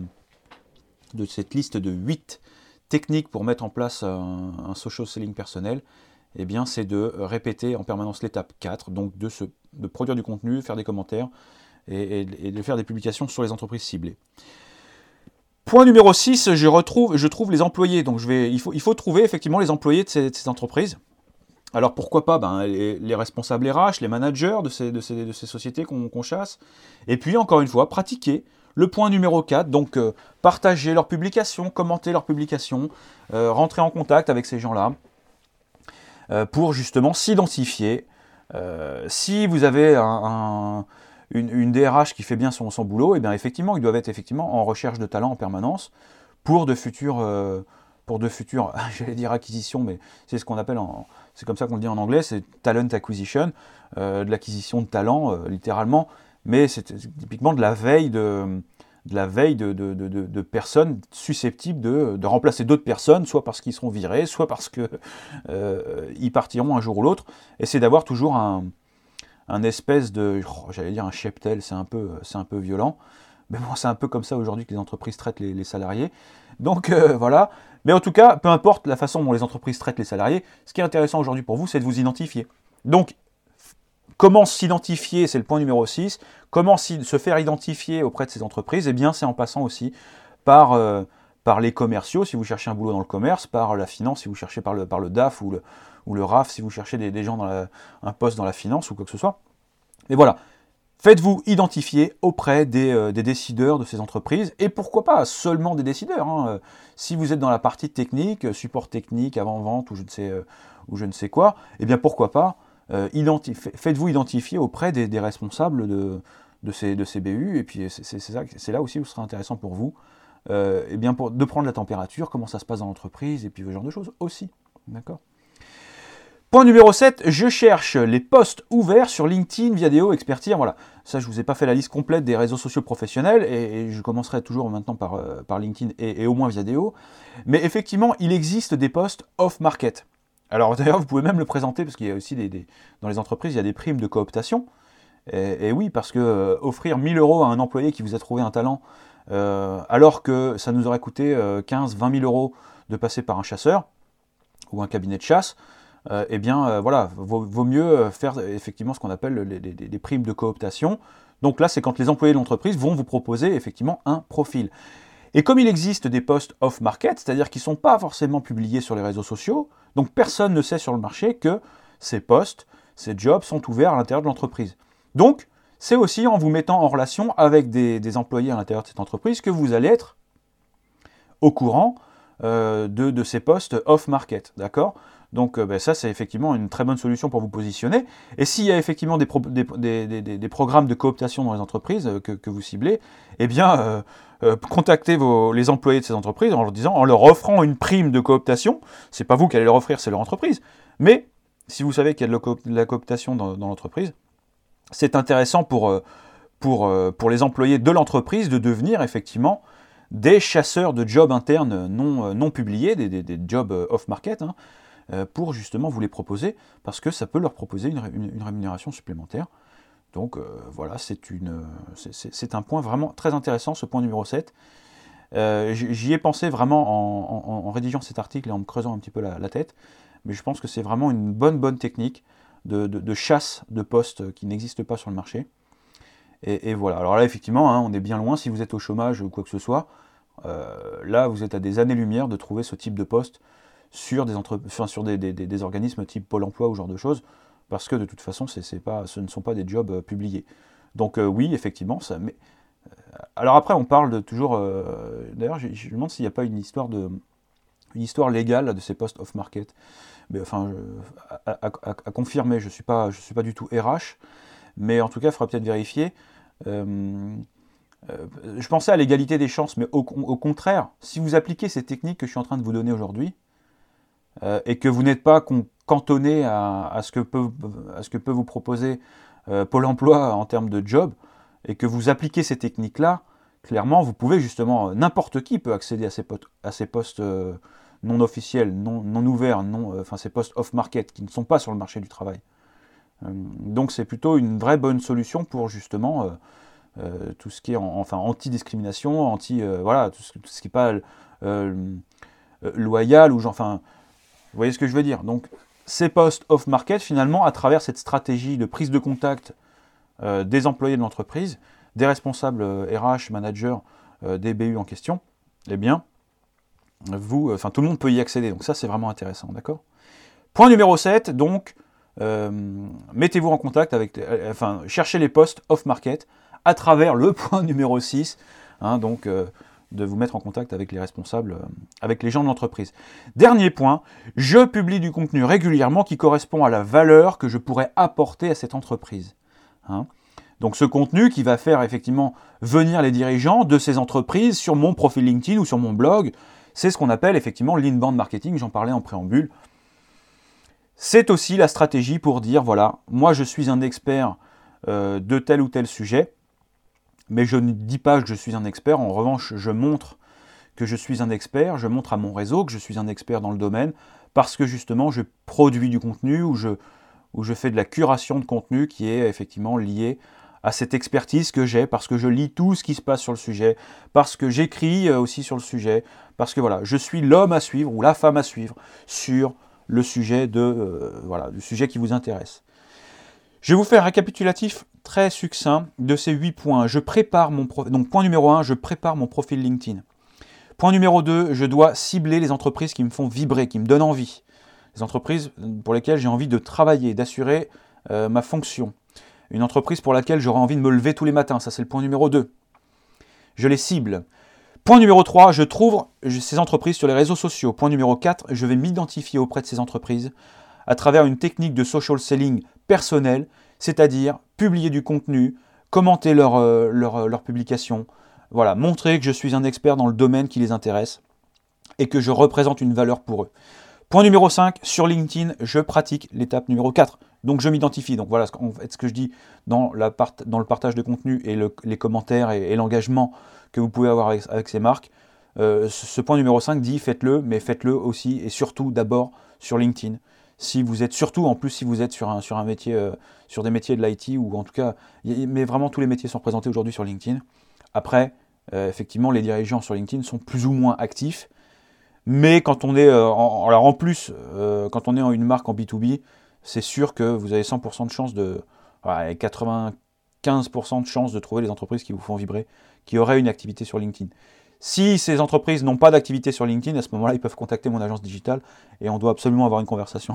de cette liste de huit techniques pour mettre en place un, un social selling personnel, eh bien, c'est de répéter en permanence l'étape quatre, donc de, se, de produire du contenu, faire des commentaires et, et, et de faire des publications sur les entreprises ciblées. Point numéro six, je, retrouve, je trouve les employés. Donc je vais, il, faut, il faut trouver effectivement les employés de ces, de ces entreprises. Alors pourquoi pas ben, les, les responsables R H, les managers de ces, de ces, de ces sociétés qu'on, qu'on chasse. Et puis encore une fois, pratiquer. Le point numéro quatre, donc euh, partager leurs publications, commenter leurs publications, euh, rentrer en contact avec ces gens-là, euh, pour justement s'identifier. Euh, si vous avez un, un, une, une D R H qui fait bien son, son boulot, et bien effectivement, ils doivent être effectivement en recherche de talent en permanence pour de futures, euh, pour de futures, j'allais dire acquisitions, mais c'est ce qu'on appelle, en, c'est comme ça qu'on le dit en anglais, c'est talent acquisition, euh, de l'acquisition de talent, euh, littéralement. Mais c'est typiquement de la veille de, de, la veille de, de, de, de personnes susceptibles de, de remplacer d'autres personnes, soit parce qu'ils seront virés, soit parce qu'ils euh, partiront un jour ou l'autre. Et c'est d'avoir toujours un, un espèce de, oh, j'allais dire un cheptel, c'est un peu, c'est un peu violent. Mais bon, c'est un peu comme ça aujourd'hui que les entreprises traitent les, les salariés. Donc euh, voilà. Mais en tout cas, peu importe la façon dont les entreprises traitent les salariés, ce qui est intéressant aujourd'hui pour vous, c'est de vous identifier. Donc, comment s'identifier, c'est le point numéro six, comment si, se faire identifier auprès de ces entreprises, eh bien c'est en passant aussi par, euh, par les commerciaux, si vous cherchez un boulot dans le commerce, par la finance, si vous cherchez par le, par le D A F ou le, ou le R A F, si vous cherchez des, des gens dans la, un poste dans la finance ou quoi que ce soit. Mais voilà, Faites-vous identifier auprès des, euh, des décideurs de ces entreprises, et pourquoi pas seulement des décideurs. Hein. Si vous êtes dans la partie technique, support technique, avant-vente ou je ne sais, euh, ou je ne sais quoi, eh bien pourquoi pas, euh, identif- faites-vous identifier auprès des, des responsables de, de, ces, de ces B U, et puis c'est, c'est, ça, c'est là aussi où ce sera intéressant pour vous, euh, eh bien pour, de prendre la température, comment ça se passe dans l'entreprise, et puis ce genre de choses aussi. D'accord ? Point numéro sept, je cherche les posts ouverts sur LinkedIn, Viadeo, Expertise. Voilà, ça je ne vous ai pas fait la liste complète des réseaux sociaux professionnels et, et je commencerai toujours maintenant par, euh, par LinkedIn et, et au moins Viadeo. Mais effectivement, il existe des posts off-market. Alors d'ailleurs, vous pouvez même le présenter parce qu'il y a aussi des, des dans les entreprises, il y a des primes de cooptation. Et, et oui, parce que euh, offrir mille euros à un employé qui vous a trouvé un talent, euh, alors que ça nous aurait coûté euh, quinze à vingt mille euros de passer par un chasseur ou un cabinet de chasse, Euh, eh bien, euh, voilà, vaut, vaut mieux faire effectivement ce qu'on appelle les, les, les primes de cooptation. Donc là, c'est quand les employés de l'entreprise vont vous proposer effectivement un profil. Et comme il existe des posts off-market, c'est-à-dire qui ne sont pas forcément publiés sur les réseaux sociaux, donc personne ne sait sur le marché que ces postes, ces jobs sont ouverts à l'intérieur de l'entreprise. Donc, c'est aussi en vous mettant en relation avec des, des employés à l'intérieur de cette entreprise que vous allez être au courant euh, de, de ces postes off-market, d'accord ? Donc euh, ben, ça, c'est effectivement une très bonne solution pour vous positionner. Et s'il y a effectivement des, pro des, des, des, des programmes de cooptation dans les entreprises euh, que, que vous ciblez, eh bien, euh, euh, contactez vos, les employés de ces entreprises en leur disant, en leur offrant une prime de cooptation. C'est pas vous qui allez leur offrir, c'est leur entreprise. Mais si vous savez qu'il y a de la, co de la cooptation dans, dans l'entreprise, c'est intéressant pour, euh, pour, euh, pour les employés de l'entreprise de devenir effectivement des chasseurs de jobs internes non, euh, non publiés, des, des, des jobs off-market, hein, pour justement vous les proposer, parce que ça peut leur proposer une, une, une rémunération supplémentaire. Donc euh, voilà, c'est, une, c'est, c'est, c'est un point vraiment très intéressant, ce point numéro sept. Euh, j'y ai pensé vraiment en, en, en rédigeant cet article et en me creusant un petit peu la, la tête, mais je pense que c'est vraiment une bonne, bonne technique de, de, de chasse de postes qui n'existent pas sur le marché. Et, et voilà, alors là effectivement, hein, on est bien loin, si vous êtes au chômage ou quoi que ce soit, euh, là vous êtes à des années-lumière de trouver ce type de poste sur des, entre... enfin, sur des, des, des organismes type Pôle emploi ou ce genre de choses, parce que de toute façon, c'est, c'est pas, ce ne sont pas des jobs euh, publiés. Donc euh, oui, effectivement, ça... Mais... Alors après, on parle de toujours... Euh... D'ailleurs, je, je me demande s'il n'y a pas une histoire, de... une histoire légale là, de ces postes off-market. Mais enfin, je... à, à, à, à confirmer, je ne suis, je suis pas du tout R H, mais en tout cas, il faudra peut-être vérifier. Euh... Euh, je pensais à l'égalité des chances, mais au, au contraire, si vous appliquez ces techniques que je suis en train de vous donner aujourd'hui, Euh, et que vous n'êtes pas cantonné à, à, ce que peut, à ce que peut vous proposer euh, Pôle emploi en termes de job, et que vous appliquez ces techniques-là, clairement, vous pouvez justement, n'importe qui peut accéder à ces, à ces postes euh, non officiels, non, non ouverts, non, euh, enfin ces postes off-market, qui ne sont pas sur le marché du travail. Euh, donc c'est plutôt une vraie bonne solution pour justement euh, euh, tout ce qui est en, enfin, anti-discrimination, anti, euh, voilà, tout ce, tout ce qui n'est pas euh, loyal, ou enfin... Vous voyez ce que je veux dire? Donc, ces postes off-market, finalement, à travers cette stratégie de prise de contact euh, des employés de l'entreprise, des responsables euh, R H, managers euh, des B U en question, eh bien, vous, enfin, tout le monde peut y accéder. Donc ça, c'est vraiment intéressant, d'accord? Point numéro sept, donc, euh, mettez-vous en contact avec, euh, enfin, cherchez les postes off-market à travers le point numéro six, hein, donc... Euh, de vous mettre en contact avec les responsables, euh, avec les gens de l'entreprise. Dernier point, je publie du contenu régulièrement qui correspond à la valeur que je pourrais apporter à cette entreprise. Hein. Donc ce contenu qui va faire effectivement venir les dirigeants de ces entreprises sur mon profil LinkedIn ou sur mon blog, c'est ce qu'on appelle effectivement l'inbound marketing, j'en parlais en préambule. C'est aussi la stratégie pour dire, voilà, moi je suis un expert euh, de tel ou tel sujet, mais je ne dis pas que je suis un expert, en revanche, je montre que je suis un expert, je montre à mon réseau que je suis un expert dans le domaine, parce que justement, je produis du contenu, ou je, ou je fais de la curation de contenu qui est effectivement lié à cette expertise que j'ai, parce que je lis tout ce qui se passe sur le sujet, parce que j'écris aussi sur le sujet, parce que voilà, je suis l'homme à suivre, ou la femme à suivre, sur le sujet, de, euh, voilà, du sujet qui vous intéresse. Je vais vous faire un récapitulatif très succinct de ces huit points. Je prépare mon pro... Donc point numéro un, je prépare mon profil LinkedIn. Point numéro deux, je dois cibler les entreprises qui me font vibrer, qui me donnent envie. Les entreprises pour lesquelles j'ai envie de travailler, d'assurer euh, ma fonction. Une entreprise pour laquelle j'aurais envie de me lever tous les matins. Ça, c'est le point numéro deux. Je les cible. Point numéro trois, je trouve ces entreprises sur les réseaux sociaux. Point numéro quatre, je vais m'identifier auprès de ces entreprises à travers une technique de social selling personnel, c'est-à-dire publier du contenu, commenter leurs euh, leur, leur publications, voilà, montrer que je suis un expert dans le domaine qui les intéresse et que je représente une valeur pour eux. Point numéro cinq, sur LinkedIn, je pratique l'étape numéro quatre. Donc je m'identifie. Donc voilà en fait, ce que je dis dans, la part, dans le partage de contenu et le, les commentaires et, et l'engagement que vous pouvez avoir avec, avec ces marques. Euh, ce, ce point numéro cinq dit faites-le, mais faites-le aussi et surtout d'abord sur LinkedIn. Si vous êtes surtout, en plus, si vous êtes sur un, sur un métier, euh, sur des métiers de l'I T ou en tout cas, y, mais vraiment tous les métiers sont représentés aujourd'hui sur LinkedIn. Après, euh, effectivement, les dirigeants sur LinkedIn sont plus ou moins actifs. Mais quand on est, euh, en, alors en plus, euh, quand on est en une marque en B deux B, c'est sûr que vous avez cent pour cent de chance de, ouais, quatre-vingt-quinze pour cent de chance de trouver les entreprises qui vous font vibrer, qui auraient une activité sur LinkedIn. Si ces entreprises n'ont pas d'activité sur LinkedIn, à ce moment-là, ils peuvent contacter mon agence digitale et on doit absolument avoir une conversation.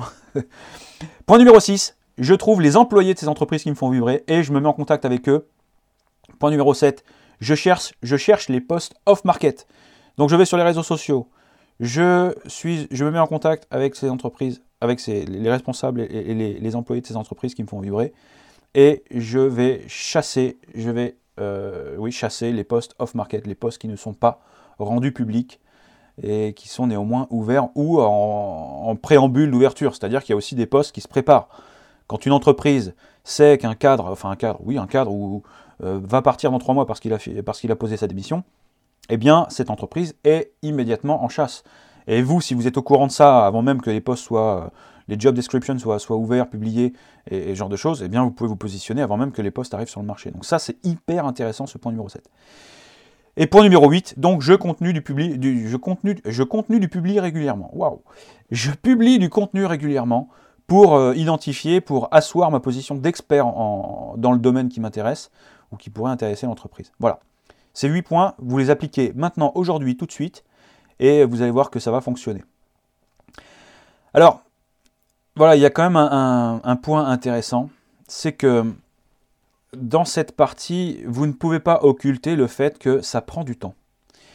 Point numéro six, je trouve les employés de ces entreprises qui me font vibrer et je me mets en contact avec eux. Point numéro sept, je cherche, je cherche les posts off-market. Donc je vais sur les réseaux sociaux. Je, suis, je me mets en contact avec ces entreprises, avec ces, les responsables et, et les, les employés de ces entreprises qui me font vibrer. Et je vais chasser, je vais euh, oui, chasser les posts off-market, les posts qui ne sont pas rendus publics et qui sont néanmoins ouverts ou en, en préambule d'ouverture. C'est-à-dire qu'il y a aussi des posts qui se préparent. Quand une entreprise sait qu'un cadre, enfin un cadre, oui, un cadre où, euh, va partir dans trois mois parce qu'il a, fait, parce qu'il a posé sa démission, eh bien, cette entreprise est immédiatement en chasse. Et vous, si vous êtes au courant de ça, avant même que les posts soient, les job descriptions soient, soient ouverts, publiés, et, et ce genre de choses, eh bien, vous pouvez vous positionner avant même que les posts arrivent sur le marché. Donc ça, c'est hyper intéressant, ce point numéro sept. Et point numéro huit, donc je continue du public, du, je continue, je continue du public régulièrement. Waouh! Je publie du contenu régulièrement pour euh, identifier, pour asseoir ma position d'expert en, dans le domaine qui m'intéresse ou qui pourrait intéresser l'entreprise. Voilà. Ces huit points, vous les appliquez maintenant, aujourd'hui, tout de suite, et vous allez voir que ça va fonctionner. Alors, voilà, il y a quand même un, un, un point intéressant, c'est que dans cette partie, vous ne pouvez pas occulter le fait que ça prend du temps.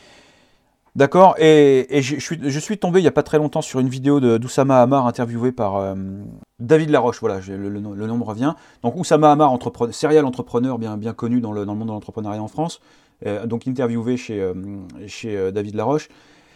D'accord? Et, et je, je, suis, je suis tombé il n'y a pas très longtemps sur une vidéo d'Oussama Hamar interviewé par euh, David Laroche. Voilà, le, le, le nom me revient. Donc Oussama Hamar, entrepreneur, serial entrepreneur bien, bien connu dans le, dans le monde de l'entrepreneuriat en France. Euh, donc interviewé chez, euh, chez euh, David Laroche.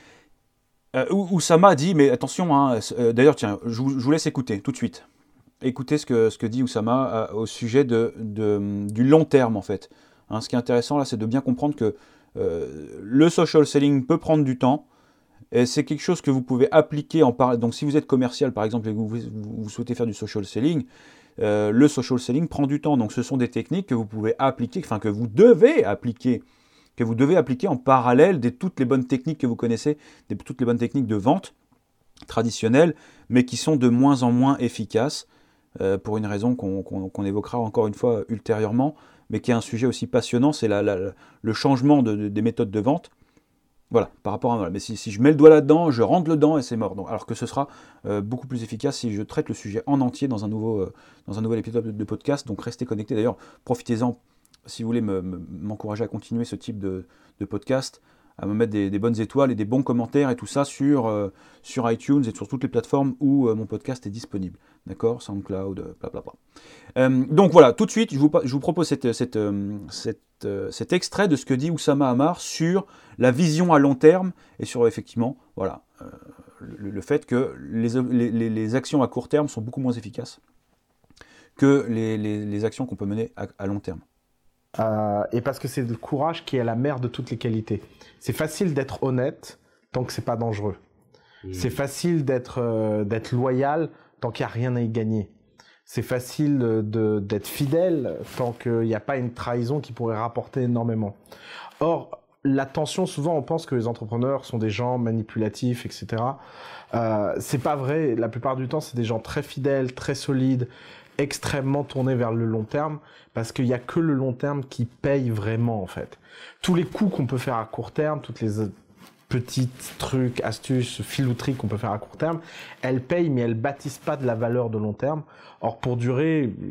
Euh, Oussama dit, mais attention, hein, euh, d'ailleurs, tiens, je vous, je vous laisse écouter tout de suite. Écoutez ce que, ce que dit Oussama euh, au sujet de, de, du long terme, en fait. Hein, ce qui est intéressant, là, c'est de bien comprendre que euh, le social selling peut prendre du temps, et c'est quelque chose que vous pouvez appliquer en parallèle. Donc, si vous êtes commercial, par exemple, et que vous, vous, vous souhaitez faire du social selling, euh, le social selling prend du temps. Donc, ce sont des techniques que vous pouvez appliquer, enfin, que vous devez appliquer, que vous devez appliquer en parallèle de toutes les bonnes techniques que vous connaissez, de toutes les bonnes techniques de vente traditionnelles, mais qui sont de moins en moins efficaces, euh, pour une raison qu'on qu'on, qu'on évoquera encore une fois ultérieurement, mais qui est un sujet aussi passionnant, c'est la, la, le changement de, de, des méthodes de vente. Voilà, par rapport à... Voilà. Mais si, si je mets le doigt là-dedans, je rentre dedans et c'est mort. Donc, alors que ce sera euh, beaucoup plus efficace si je traite le sujet en entier dans un nouveau, euh, dans un nouvel épisode de, de podcast. Donc restez connectés. D'ailleurs, profitez-en si vous voulez me, me, m'encourager à continuer ce type de, de podcast, à me mettre des, des bonnes étoiles et des bons commentaires et tout ça sur, euh, sur iTunes et sur toutes les plateformes où euh, mon podcast est disponible. D'accord? SoundCloud, blablabla. Euh, donc voilà, tout de suite, je vous, je vous propose cette, cette, euh, cette, euh, cet extrait de ce que dit Oussama Hamar sur la vision à long terme et sur effectivement, voilà, euh, le, le fait que les, les, les actions à court terme sont beaucoup moins efficaces que les, les, les actions qu'on peut mener à, à long terme. Euh, et parce que c'est le courage qui est la mère de toutes les qualités. C'est facile d'être honnête tant que c'est pas dangereux. Mmh. C'est facile d'être euh, d'être loyal tant qu'il n'y a rien à y gagner. C'est facile de, d'être fidèle tant qu'il n'y a pas une trahison qui pourrait rapporter énormément. Or, l'attention, souvent on pense que les entrepreneurs sont des gens manipulatifs, et cetera. Euh, c'est pas vrai. La plupart du temps, c'est des gens très fidèles, très solides, extrêmement tournés vers le long terme, parce qu'il n'y a que le long terme qui paye vraiment, en fait. Tous les coups qu'on peut faire à court terme, toutes les petits trucs, astuces, filouteries qu'on peut faire à court terme, elles payent, mais elles bâtissent pas de la valeur de long terme. Or, pour durer,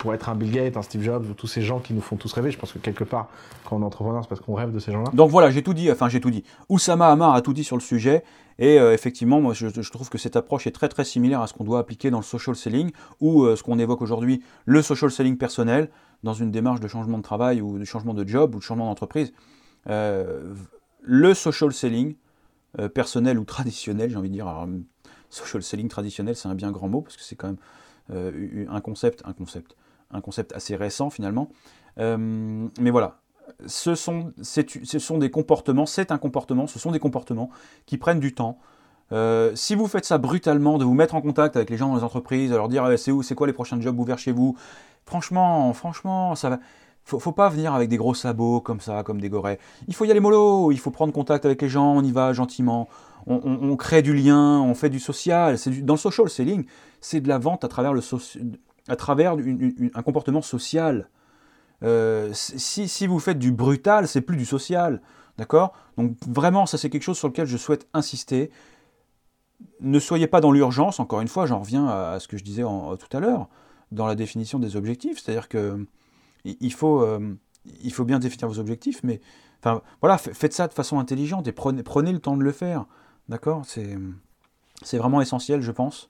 pour être un Bill Gates, un Steve Jobs, ou tous ces gens qui nous font tous rêver. Je pense que quelque part, quand on est entrepreneur, c'est parce qu'on rêve de ces gens-là. Donc voilà, j'ai tout dit, enfin j'ai tout dit. Oussama Hamar a tout dit sur le sujet, et euh, effectivement, moi je, je trouve que cette approche est très très similaire à ce qu'on doit appliquer dans le social selling, ou euh, ce qu'on évoque aujourd'hui, le social selling personnel, dans une démarche de changement de travail, ou de changement de job, ou de changement d'entreprise. Euh, le social selling, euh, personnel ou traditionnel, j'ai envie de dire, alors, social selling traditionnel, c'est un bien grand mot, parce que c'est quand même euh, un concept, un concept, un concept assez récent finalement. Euh, mais voilà, ce sont, ce sont des comportements, c'est un comportement, ce sont des comportements qui prennent du temps. Euh, si vous faites ça brutalement, de vous mettre en contact avec les gens dans les entreprises, de leur dire eh, c'est où, c'est quoi les prochains jobs ouverts chez vous, franchement, franchement, ça va. Faut, faut pas venir avec des gros sabots comme ça, comme des gorées. Il faut y aller mollo, il faut prendre contact avec les gens, on y va gentiment. On, on, on crée du lien, on fait du social. C'est du, dans le social selling, c'est de la vente à travers, le soci, à travers une, une, un comportement social. Euh, si, si vous faites du brutal, c'est plus du social. D'accord ? Donc vraiment, ça c'est quelque chose sur lequel je souhaite insister. Ne soyez pas dans l'urgence, encore une fois, j'en reviens à, à ce que je disais en, tout à l'heure, dans la définition des objectifs. C'est-à-dire que il faut, euh, il faut bien définir vos objectifs, mais enfin, voilà, faites ça de façon intelligente et prenez, prenez le temps de le faire. D'accord ? C'est, c'est vraiment essentiel, je pense.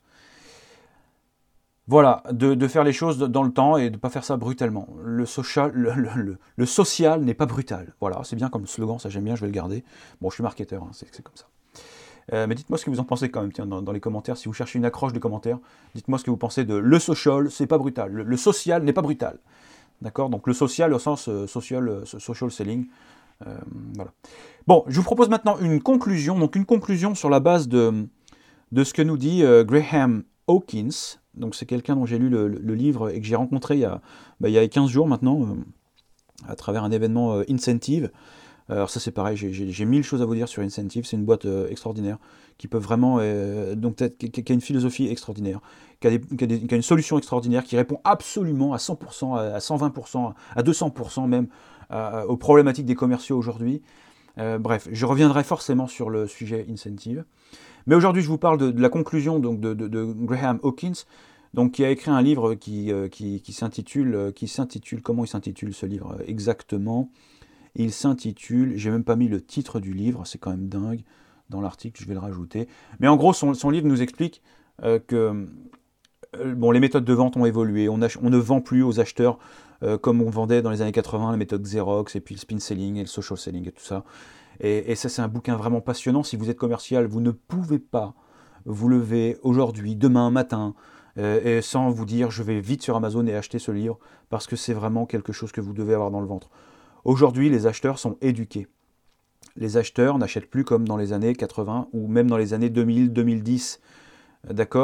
Voilà, de, de faire les choses dans le temps et de ne pas faire ça brutalement. Le social, le, le, le, le social n'est pas brutal. Voilà, c'est bien comme slogan, ça j'aime bien, je vais le garder. Bon, je suis marketeur, hein, c'est, c'est comme ça. Euh, mais dites-moi ce que vous en pensez quand même, tiens, dans, dans les commentaires. Si vous cherchez une accroche de commentaires, dites-moi ce que vous pensez de le social, c'est pas brutal. Le, le social n'est pas brutal. D'accord ? Donc le social au sens euh, social, euh, social selling. Euh, voilà. Bon, je vous propose maintenant une conclusion. Donc une conclusion sur la base de, de ce que nous dit euh, Graham Hawkins. Donc c'est quelqu'un dont j'ai lu le, le livre et que j'ai rencontré il y a, bah, il y a quinze jours maintenant, euh, à travers un événement euh, Incentive. Alors ça c'est pareil, j'ai, j'ai, j'ai mille choses à vous dire sur Incentive, c'est une boîte euh, extraordinaire, qui peut vraiment, euh, donc qui, qui a une philosophie extraordinaire, qui a, des, qui, a des, qui a une solution extraordinaire, qui répond absolument à cent pour cent, à cent vingt pour cent, à deux cents pour cent même, à, aux problématiques des commerciaux aujourd'hui. Euh, bref, je reviendrai forcément sur le sujet Incentive. Mais aujourd'hui je vous parle de, de la conclusion donc, de, de, de Graham Hawkins, donc, qui a écrit un livre qui, euh, qui, qui, s'intitule, qui s'intitule, comment il s'intitule ce livre exactement ? Il s'intitule, j'ai même pas mis le titre du livre, c'est quand même dingue, dans l'article, je vais le rajouter. Mais en gros, son, son livre nous explique euh, que euh, bon, les méthodes de vente ont évolué, on, ach- on ne vend plus aux acheteurs euh, comme on vendait dans les années quatre-vingts, la méthode Xerox, et puis le spin selling, et le social selling, et tout ça. Et, et ça, c'est un bouquin vraiment passionnant. Si vous êtes commercial, vous ne pouvez pas vous lever aujourd'hui, demain matin, euh, et sans vous dire, je vais vite sur Amazon et acheter ce livre, parce que c'est vraiment quelque chose que vous devez avoir dans le ventre. Aujourd'hui, les acheteurs sont éduqués. Les acheteurs n'achètent plus comme dans les années quatre-vingts ou même dans les années deux mille, deux mille dix. D'accord ?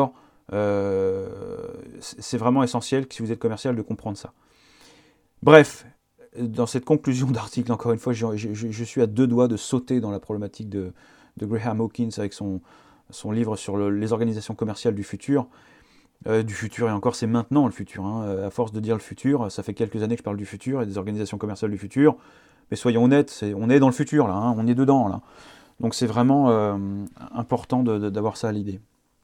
euh, C'est vraiment essentiel, si vous êtes commercial, de comprendre ça. Bref, dans cette conclusion d'article, encore une fois, je, je, je suis à deux doigts de sauter dans la problématique de, de Graham Hawkins avec son, son livre sur le, les organisations commerciales du futur. Euh, du futur, et encore c'est maintenant le futur, hein. À force de dire le futur, ça fait quelques années que je parle du futur et des organisations commerciales du futur, mais soyons honnêtes, c'est, on est dans le futur là, hein, on est dedans là, donc c'est vraiment euh, important de, de, d'avoir ça à l'idée.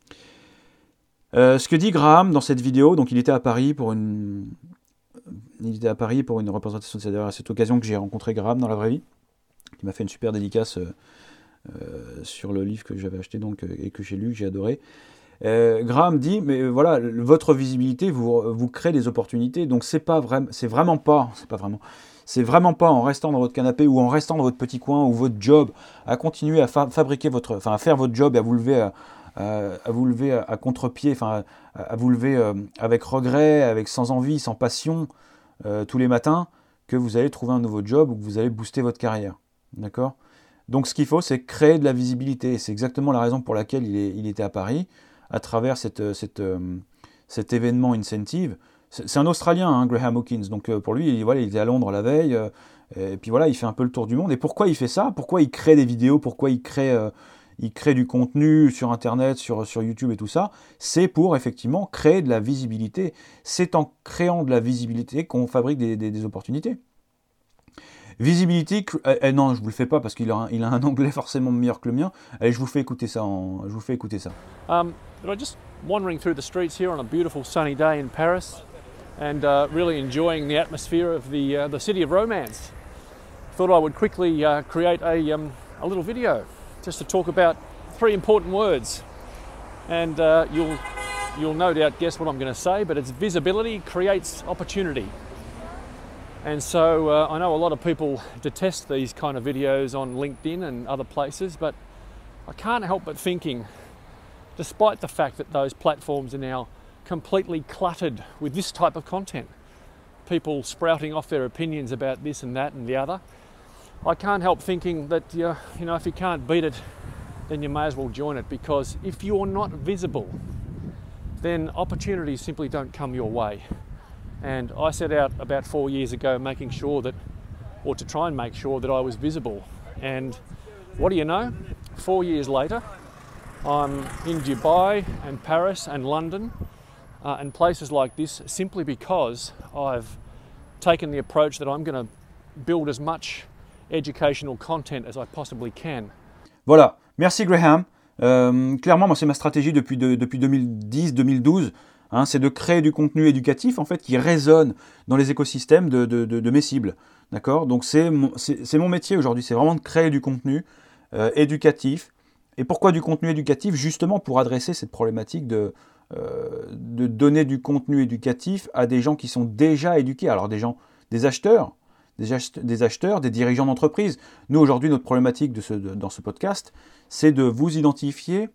Euh, ce que dit Graham dans cette vidéo, donc il était à Paris pour une, il était à Paris pour une représentation, c'est à cette occasion que j'ai rencontré Graham dans la vraie vie, qui m'a fait une super dédicace euh, euh, sur le livre que j'avais acheté donc et que j'ai lu, que j'ai adoré. Euh, Graham dit, mais voilà, votre visibilité vous, vous crée des opportunités, donc c'est pas vraiment, c'est vraiment pas, c'est pas vraiment, c'est vraiment pas en restant dans votre canapé ou en restant dans votre petit coin ou votre job à continuer à fa- fabriquer votre, enfin à faire votre job et à vous lever à, à, à vous lever à, à contre-pied, enfin à, à vous lever euh, avec regret, avec sans envie, sans passion euh, tous les matins, que vous allez trouver un nouveau job ou que vous allez booster votre carrière, d'accord ? Donc ce qu'il faut, c'est créer de la visibilité. C'est exactement la raison pour laquelle il, est, il était à Paris, à travers cette, cette, euh, cet événement Incentive. C'est, c'est un Australien, hein, Graham Hawkins, donc euh, pour lui, il, voilà, il était à Londres la veille, euh, et puis voilà, il fait un peu le tour du monde. Et pourquoi il fait ça ? Pourquoi il crée des vidéos ? Pourquoi il crée, euh, il crée du contenu sur Internet, sur, sur YouTube et tout ça ? C'est pour effectivement créer de la visibilité. C'est en créant de la visibilité qu'on fabrique des, des, des opportunités. Visibility, euh, euh, non, je vous le fais pas parce qu'il a un, il a un anglais forcément meilleur que le mien. Allez, je vous fais écouter ça. En, je vous fais écouter ça. Um, but I just wandering through the streets here on a beautiful sunny day in Paris, and uh, really enjoying the atmosphere of the, uh, the city of romance. Thought I would quickly uh, create a, um, a little video just to talk about three important words. And uh, you'll, you'll no doubt guess what I'm going to say, but it's visibility creates opportunity. And so uh, I know a lot of people detest these kind of videos on LinkedIn and other places, but I can't help but thinking, despite the fact that those platforms are now completely cluttered with this type of content, people sprouting off their opinions about this and that and the other, I can't help thinking that uh, you know, if you can't beat it, then you may as well join it, because if you're not visible, then opportunities simply don't come your way. And I set out about four years ago making sure that, or to try and make sure that I was visible. And what do you know? Four years later, I'm in Dubai and Paris and London uh, and places like this, simply because I've taken the approach that I'm going to build as much educational content as I possibly can. Voilà, merci Graham. Euh, clairement, moi c'est ma stratégie depuis, de, depuis deux mille dix deux mille douze. Hein, c'est de créer du contenu éducatif en fait qui résonne dans les écosystèmes de, de, de, de mes cibles. D'accord ? Donc c'est mon, c'est, c'est mon métier aujourd'hui, c'est vraiment de créer du contenu euh, éducatif. Et pourquoi du contenu éducatif ? Justement pour adresser cette problématique de, euh, de donner du contenu éducatif à des gens qui sont déjà éduqués. Alors des gens, des acheteurs, des, ach- des acheteurs, des dirigeants d'entreprise. Nous aujourd'hui, notre problématique de ce, de, dans ce podcast, c'est de vous identifier,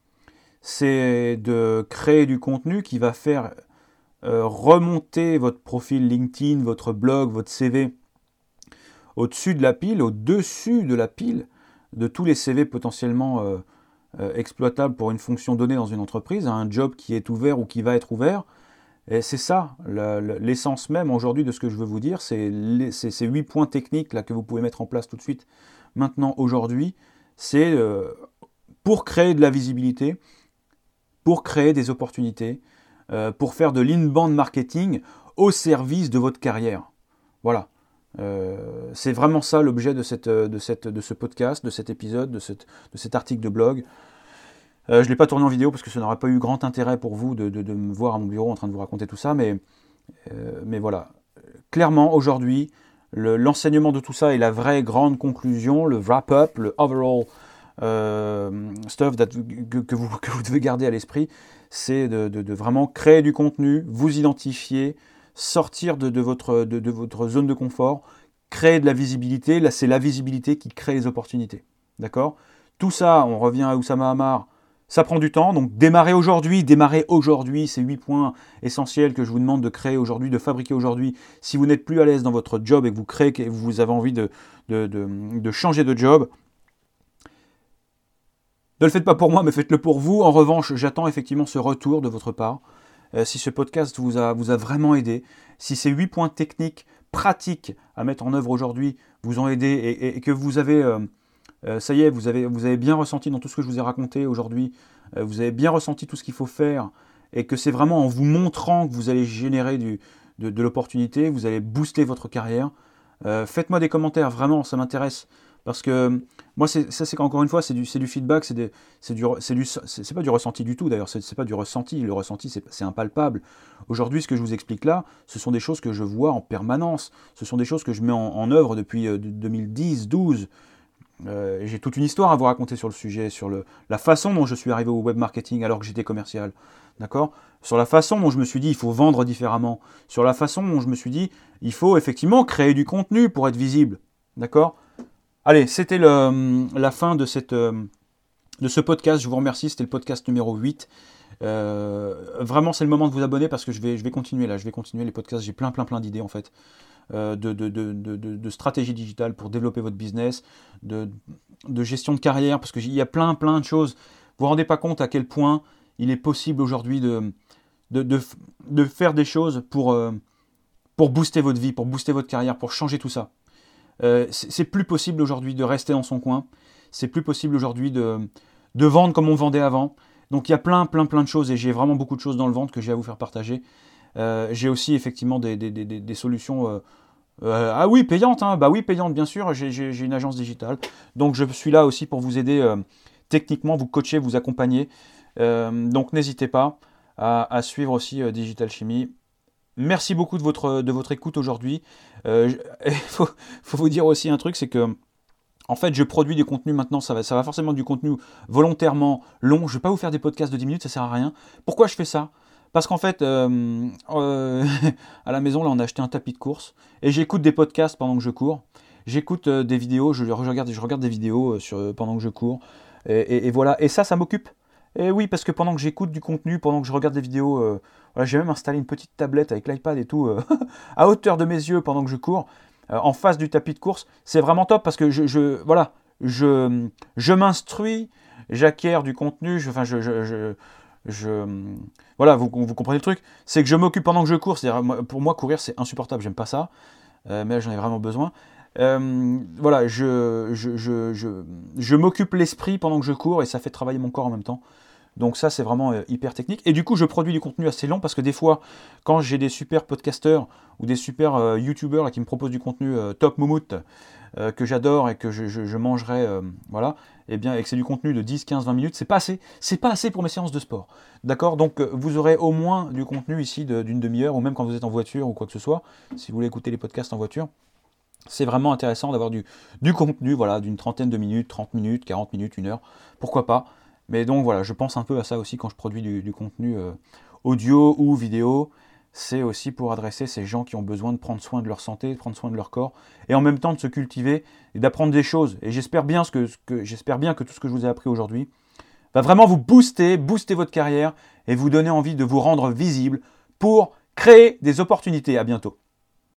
c'est de créer du contenu qui va faire euh, remonter votre profil LinkedIn, votre blog, votre C V au-dessus de la pile, au-dessus de la pile de tous les C V potentiellement euh, euh, exploitables pour une fonction donnée dans une entreprise, un job qui est ouvert ou qui va être ouvert. Et c'est ça, la, la, l'essence même aujourd'hui de ce que je veux vous dire, c'est les, c'est ces huit points techniques là, que vous pouvez mettre en place tout de suite, maintenant, aujourd'hui, c'est euh, pour créer de la visibilité, pour créer des opportunités, euh, pour faire de l'inbound marketing au service de votre carrière. Voilà. Euh, c'est vraiment ça l'objet de, cette, de, cette, de ce podcast, de cet épisode, de, cette, de cet article de blog. Euh, je ne l'ai pas tourné en vidéo parce que ça n'aurait pas eu grand intérêt pour vous de, de, de me voir à mon bureau en train de vous raconter tout ça, mais, euh, mais voilà. Clairement, aujourd'hui, le, l'enseignement de tout ça et la vraie grande conclusion, le wrap-up, le overall Euh, stuff that, que, que, vous, que vous devez garder à l'esprit, c'est de, de, de vraiment créer du contenu, vous identifier, sortir de, de, votre, de, de votre zone de confort, créer de la visibilité. Là, c'est la visibilité qui crée les opportunités. D'accord ? Tout ça, on revient à Oussama Ammar, ça prend du temps. Donc, démarrez aujourd'hui, démarrez aujourd'hui ces huit points essentiels que je vous demande de créer aujourd'hui, de fabriquer aujourd'hui. Si vous n'êtes plus à l'aise dans votre job et que vous créez, que vous avez envie de, de, de, de changer de job, ne le faites pas pour moi, mais faites-le pour vous. En revanche, j'attends effectivement ce retour de votre part. Euh, si ce podcast vous a, vous a vraiment aidé, si ces huit points techniques, pratiques à mettre en œuvre aujourd'hui vous ont aidé et, et, et que vous avez, euh, euh, ça y est, vous avez, vous avez bien ressenti dans tout ce que je vous ai raconté aujourd'hui, euh, vous avez bien ressenti tout ce qu'il faut faire et que c'est vraiment en vous montrant que vous allez générer du, de, de l'opportunité, vous allez booster votre carrière. Euh, faites-moi des commentaires, vraiment, ça m'intéresse. Parce que moi, c'est, ça, c'est encore une fois, c'est du, c'est du feedback, c'est, des, c'est, du, c'est, du, c'est, c'est pas du ressenti du tout d'ailleurs, c'est, c'est pas du ressenti, le ressenti c'est, c'est impalpable. Aujourd'hui, ce que je vous explique là, ce sont des choses que je vois en permanence, ce sont des choses que je mets en, en œuvre depuis euh, deux mille dix douze. Euh, j'ai toute une histoire à vous raconter sur le sujet, sur le, la façon dont je suis arrivé au web marketing alors que j'étais commercial, d'accord ? Sur la façon dont je me suis dit il faut vendre différemment, sur la façon dont je me suis dit il faut effectivement créer du contenu pour être visible, d'accord ? Allez, c'était le, la fin de, cette, de ce podcast. Je vous remercie. C'était le podcast numéro huit. Euh, vraiment, c'est le moment de vous abonner parce que je vais, je vais continuer là. Je vais continuer les podcasts. J'ai plein, plein, plein d'idées en fait. Euh, de, de, de, de, de stratégie digitale pour développer votre business, de, de gestion de carrière, parce qu'il y a plein, plein de choses. Vous ne vous rendez pas compte à quel point il est possible aujourd'hui de, de, de, de faire des choses pour, euh, pour booster votre vie, pour booster votre carrière, pour changer tout ça. Euh, c'est, c'est plus possible aujourd'hui de rester dans son coin. C'est plus possible aujourd'hui de, de vendre comme on vendait avant. Donc il y a plein, plein, plein de choses et j'ai vraiment beaucoup de choses dans le ventre que j'ai à vous faire partager. Euh, j'ai aussi effectivement des, des, des, des solutions... Euh, euh, ah oui, payantes, hein, bah oui, payantes, bien sûr. J'ai, j'ai, j'ai une agence digitale. Donc je suis là aussi pour vous aider euh, techniquement, vous coacher, vous accompagner. Euh, donc n'hésitez pas à, à suivre aussi euh, Digital Chimie. merci beaucoup de votre, de votre écoute aujourd'hui. Euh, il faut, faut vous dire aussi un truc, c'est que en fait, je produis du contenu maintenant, ça va, ça va forcément du contenu volontairement long. Je ne vais pas vous faire des podcasts de dix minutes, ça ne sert à rien. Pourquoi je fais ça? Parce qu'en fait, euh, euh, à la maison, là, on a acheté un tapis de course et j'écoute des podcasts pendant que je cours. J'écoute euh, des vidéos, je, je, regarde, je regarde des vidéos euh, sur, pendant que je cours. Et, et, et voilà, et ça, ça m'occupe. Et oui, parce que pendant que j'écoute du contenu, pendant que je regarde des vidéos, euh, voilà, j'ai même installé une petite tablette avec l'iPad et tout, euh, à hauteur de mes yeux pendant que je cours. Euh, en face du tapis de course, c'est vraiment top parce que je, je voilà, je, je m'instruis, j'acquiers du contenu, je, enfin, je, je, je, je voilà, vous, vous comprenez le truc, c'est que je m'occupe pendant que je cours, c'est-à-dire, pour moi, courir, c'est insupportable, j'aime pas ça, euh, mais là, j'en ai vraiment besoin. Euh, voilà, je, je, je, je, je m'occupe l'esprit pendant que je cours et ça fait travailler mon corps en même temps. Donc ça, c'est vraiment euh, hyper technique. Et du coup, je produis du contenu assez long parce que des fois, quand j'ai des super podcasteurs ou des super euh, youtubeurs là, qui me proposent du contenu euh, top moumoute, euh, que j'adore et que je, je, je mangerai, euh, voilà, et bien, et que c'est du contenu de dix, quinze, vingt minutes, c'est pas assez. C'est pas assez pour mes séances de sport. D'accord? Donc, euh, vous aurez au moins du contenu ici de, d'une demi-heure ou même quand vous êtes en voiture ou quoi que ce soit, si vous voulez écouter les podcasts en voiture. C'est vraiment intéressant d'avoir du, du contenu, voilà, d'une trentaine de minutes, trente minutes, quarante minutes, une heure, pourquoi pas. Mais donc voilà, je pense un peu à ça aussi quand je produis du, du contenu euh, audio ou vidéo. C'est aussi pour adresser ces gens qui ont besoin de prendre soin de leur santé, de prendre soin de leur corps, et en même temps de se cultiver et d'apprendre des choses. Et j'espère bien, ce que, ce que, j'espère bien que tout ce que je vous ai appris aujourd'hui va vraiment vous booster, booster votre carrière et vous donner envie de vous rendre visible pour créer des opportunités. À bientôt.